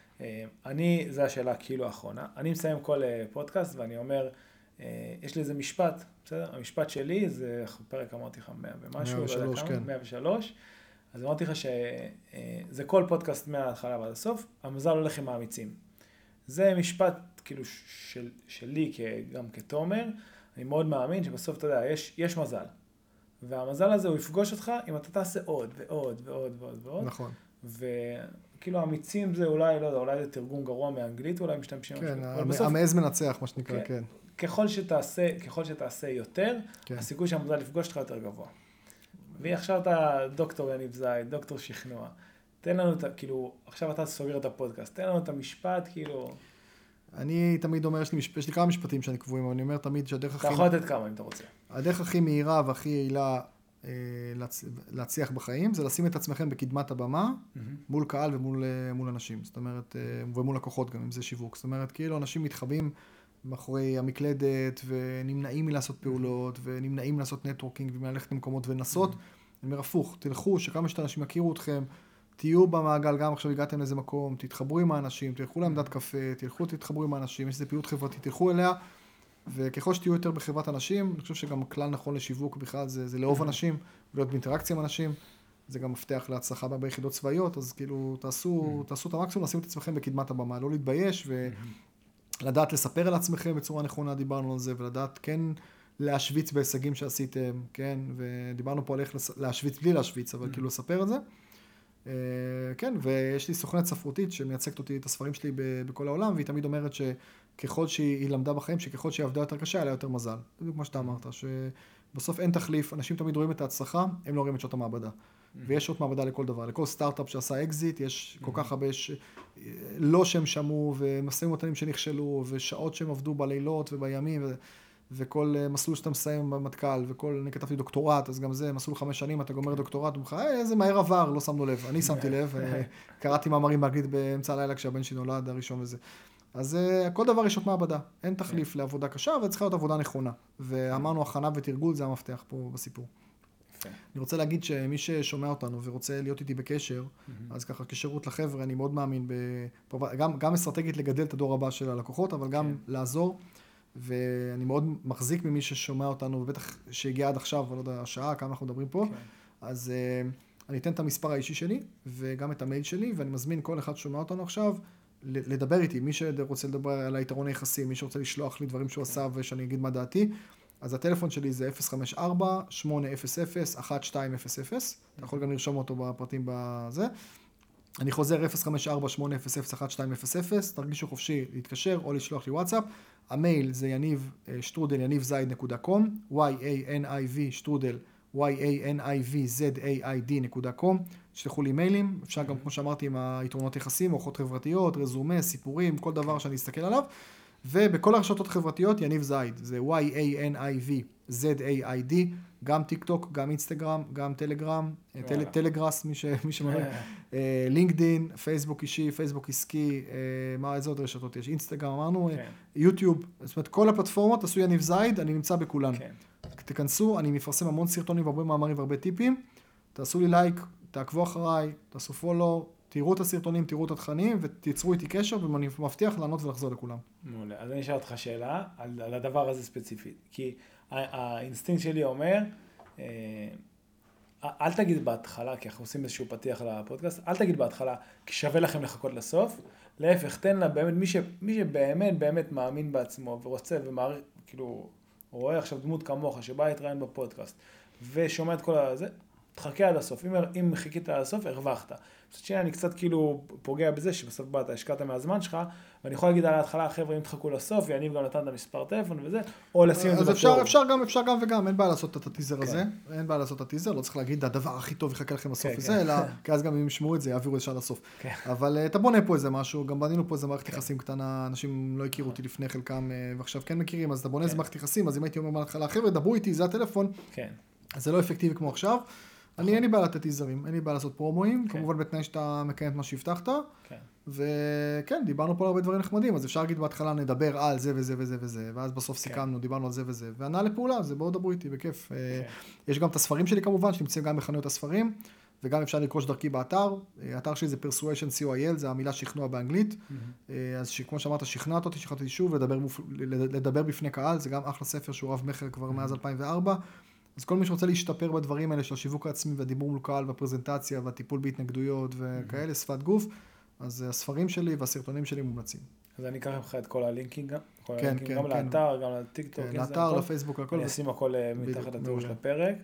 אני, זו השאלה כאילו האחרונה, אני מסיים כל פודקאסט ואני אומר, יש לי איזה משפט, בסדר? המשפט שלי זה, פרק אמרתי לך מאה ומשהו,
מאה ושלוש, כן.
מאה ושלוש, אז אמרתי לך שזה כל פודקאסט מההתחלה ועד הסוף, המזל הולך עם האמיצים. זה משפט כאילו של, שלי גם כתומר, אני מאוד מאמין שבסוף אתה יודע, יש, יש מזל. והמזל הזה הוא יפגוש אותך אם אתה תעשה עוד ועוד ועוד ועוד ועוד.
נכון.
וכאילו האמיצים זה אולי, לא יודע, אולי זה תרגום גרוע מאנגלית, אולי משתמשים.
כן, המעז מנצח, מה שנקרא, כן.
ככל שתעשה, ככל שתעשה יותר, הסיכוי שהמזל יפגוש אותך יותר גבוה. ועכשיו אתה דוקטור יניב זייד, דוקטור שכנוע. תן לנו את, כאילו, עכשיו אתה סוגר את הפודקאסט, תן לנו את המשפט, כאילו...
אני תמיד אומר, יש לי, יש לי כמה משפטים שאני קבועים, אבל אני אומר תמיד שהדרך הכי...
אתה יכול לתת כמה אם אתה רוצה.
הדרך הכי מהירה והכי יעילה אה, להצ... להצליח בחיים, זה לשים את עצמכם בקדמת הבמה, mm-hmm. מול קהל ומול מול אנשים. זאת אומרת, אה, ומול לקוחות גם, אם זה שיווק. זאת אומרת, כאילו אנשים מתחבאים מאחורי המקלדת, ונמנעים מלעשות פעולות, ונמנעים לעשות נטוורקינג, ומלכת למקומות ונסות. Mm-hmm. אני אומר, הפוך, תלכו, שכמה שאתה אנשים יכירו אתכם, תהיו במעגל, גם עכשיו הגעתם לאיזה מקום, תתחברו עם האנשים, תלכו לעמדת קפה, תלכו, תתחברו עם האנשים, יש איזו פעילות חברתית, תלכו אליה, וככל שתהיו יותר בחברת אנשים, אני חושב שגם הכלל נכון לשיווק בכלל, זה, זה לאהוב אנשים, ולהיות באינטראקציה עם אנשים, זה גם מפתח להצלחה ביחידות צבאיות, אז כאילו, תעשו, תעשו את המקסימום, לשים את עצמכם בקדמת הבמה, לא להתבייש, ולדעת לספר על עצמכם בצורה נכונה, דיברנו על זה, ולדעת כן להשוויץ בהישגים שעשיתם, כן, ודיברנו פה על איך להשוויץ בלי להשוויץ, אבל כאילו לספר את זה. כן, ויש לי סוכנת ספרותית שמייצגת אותי את הספרים שלי בכל העולם, והיא תמיד אומרת שככל שהיא למדה בחיים, שככל שהיא עבדה יותר קשה, היה לה יותר מזל. זה בדיוק מה שאתה אמרת, שבסוף אין תחליף, אנשים תמיד רואים את ההצלחה, הם לא רואים את שעות המעבדה. ויש שעות מעבדה לכל דבר, לכל סטארט-אפ שעשה אקזיט, יש כל כך הרבה לא שהם שמעו, ומסעים אותנים שנכשלו, ושעות שהם עבדו בלילות ובימים, וכל מסלול שאתה מסיים במטכ"ל, וכל, אני כתבתי דוקטורט, אז גם זה, מסלול חמש שנים, אתה גומר דוקטורט, הוא אומר, איזה מהר עבר, לא שמנו לב. אני שמתי לב, קראתי מאמרים באנגלית באמצע הלילה, כשהבן שלי נולד, הראשון וזה. אז כל דבר יש עוד מעבדה, אין תחליף לעבודה קשה, אבל צריכה להיות עבודה נכונה. ואמרנו, הכנה ותרגול, זה המפתח פה בסיפור. אני רוצה להגיד שמי ששומע אותנו ורוצה להיות איתי בקשר, אז ככה כשירות לחבר'ה, אני מאוד מאמין, גם אסטרטגית לגדל את הדור הבא של הלקוחות, אבל גם לעזור. ואני מאוד מחזיק ממי ששומע אותנו, ובטח שהגיע עד עכשיו, אבל לא יודע, השעה, כמה אנחנו מדברים פה, אז uh, אני אתן את המספר האישי שלי, וגם את המייל שלי, ואני מזמין כל אחד ששומע אותנו עכשיו, לדבר איתי, מי שרוצה לדבר על היתרון היחסי, מי שרוצה לשלוח לי דברים שהוא עשה ושאני אגיד מה דעתי, אז הטלפון שלי זה אפס חמש ארבע שמונה אפס אפס אחת שתיים אפס אפס, אתה יכול גם לרשום אותו בפרטים בזה. אני חוזר אפס חמש ארבע שמונה אפס אפס אחת שתיים אפס אפס, תרגישו חופשי להתקשר או לשלוח לי וואטסאפ. המייל זה יניב שטרודל יניב זייד נקודה קום, y-a-n-i-v שטרודל y-a-n-i-v-z-a-i-d נקודה קום. תשלחו לי מיילים, אפשר גם כמו שאמרתי עם היתרונות יחסים, אורחות חברתיות, רזומה, סיפורים, כל דבר שאני אסתכל עליו. ובכל הרשתות חברתיות יניב זייד, זה y-a-n-i-v-z-a-i-d, גם טיק טוק, גם אינסטגרם, גם טלגרם, טלגראס, מי שמראה, לינקדין, פייסבוק אישי, פייסבוק עסקי, מה איזה עוד רשתות יש, אינסטגרם אמרנו, יוטיוב, זאת אומרת כל הפלטפורמות עשו יניב זייד, אני נמצא בכולן. תכנסו, אני מפרסם המון סרטונים והרבה מאמרים והרבה טיפים, תעשו לי לייק, תעקבו אחריי, תעשו פולו, תראו את הסרטונים, תראו את התכנים ותיצרו איתי קשר ואני מבטיח לענות ולחזור לכולם.
מעולה. אז אני אשאל אותך שאלה על, על הדבר הזה ספציפית. כי האינסטינקט שלי אומר, אה, אל תגיד בהתחלה, כי אנחנו עושים איזשהו פתיח לפודקאסט, אל תגיד בהתחלה, כי שווה לכם לחכות לסוף. להפך, תן לה באמת, מי, ש, מי שבאמת באמת מאמין בעצמו ורוצה ומעריך, כאילו, רואה עכשיו דמות כמוך שבא להתראיין בפודקאסט ושומע את כל הזה, תחכה עד הסוף. אם, אם חיכית עד הסוף, הרווחת. פשוט שאני קצת כאילו פוגע בזה שבסוף באת, השקעת מהזמן שלך, ואני יכול להגיד על ההתחלה, חבר'ה, אם תחכו לסוף, יניב גם נתן את המספר טלפון וזה, או לשים את זה בתור.
אז אפשר, אפשר גם, אפשר גם וגם, אין בעיה לעשות את הטיזר הזה, אין בעיה לעשות את הטיזר, לא צריך להגיד, הדבר הכי טוב יחכה לכם בסוף וזה, אלא, כי אז גם אם ישמעו את זה, יעבירו את זה עד הסוף. אבל אתה בונה פה איזה משהו, גם בנינו פה איזה מערכת יחסים קטנה, אנשים לא הכירו אותי לפני חלקם, ועכשיו כן מכירים, אז אתה בונה איזה מערכת יחסים, אז אם הייתי אומר מההתחלה, חבר'ה, דברו איתי, זה הטלפון, אז זה לא אפקטיבי כמו עכשיו. אני אין לי בעיה לתת טיזרים, אין לי בעיה לעשות פרומואים, כמובן בתנאי שאתה מקיים את מה שהבטחת, וכן, דיברנו פה על הרבה דברים נחמדים, אז אפשר להגיד בהתחלה נדבר על זה וזה וזה וזה, ואז בסוף סיכמנו, דיברנו על זה וזה, וענה לפעולה, זה בואו דברו איתי, בכיף. יש גם את הספרים שלי כמובן, שנמצאים גם בחנויות הספרים, וגם אפשר לקרוש דרכי באתר, האתר שלי זה persuasion co il, זה המילה שכנוע באנגלית, אז כמו שאמרת, שכנעת אותי, שכנעת אותי שוב, לדבר בפני קהל, זה גם אחלה ספר שהוא רב מחר כבר מאז אלפיים וארבע, אז כל מי שרוצה להשתפר בדברים האלה של השיווק העצמי והדיבור מול קהל והפרזנטציה והטיפול בהתנגדויות וכאלה, שפת גוף, אז הספרים שלי והסרטונים שלי מומלצים.
אז אני אקח לך את כל הלינקים גם, כל
כן,
הלינקים,
כן,
גם
כן.
לאתר, גם לטיקטוק,
לאתר, לפייסבוק, לכל.
אני אשים הכל מתחת לתיאור של הפרק.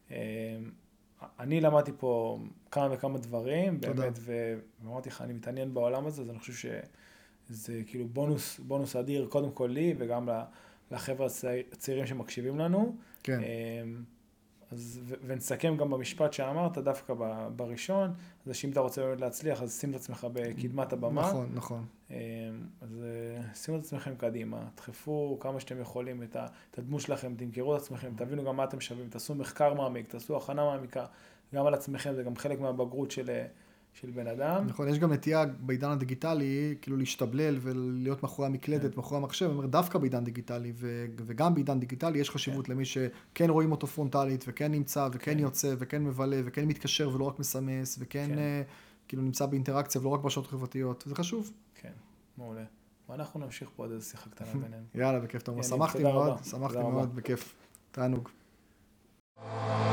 אני למדתי פה כמה וכמה דברים, באמת, ואמרתי לך, אני מתעניין בעולם הזה, אז אני חושב שזה כאילו בונוס, בונוס אדיר, קודם כל לי, וגם לחבר'ה הצעירים שמקשיבים לנו.
כן.
אז, ונסכם גם במשפט שאמרת, דווקא בראשון, אז שאם אתה רוצה באמת להצליח, אז שים את עצמך בקדמת הבמה.
נכון, נכון.
אז שימו את עצמכם קדימה, תדחפו כמה שאתם יכולים את הדמות שלכם, תמכרו את עצמכם, תבינו גם מה אתם שווים, תעשו מחקר מעמיק, תעשו הכנה מעמיקה, גם על עצמכם, זה גם חלק מהבגרות של... של בן אדם.
נכון, יש גם נטייה בעידן הדיגיטלי, כאילו להשתבלל ולהיות מאחורי המקלדת, מאחורי המחשב, אומר דווקא בעידן דיגיטלי, וגם בעידן דיגיטלי יש חשיבות למי שכן רואים אותו פרונטלית, וכן נמצא, וכן יוצא, וכן מבלה, וכן מתקשר ולא רק מסמס, וכן כאילו נמצא באינטראקציה ולא רק ברשתות חברתיות, זה חשוב.
כן, מעולה. ואנחנו נמשיך פה עוד איזו שיחה קטנה בינינו.
יאללה, בכיף, תומר. שמחתי מאוד, שמחתי מאוד, בכיף. תענוג.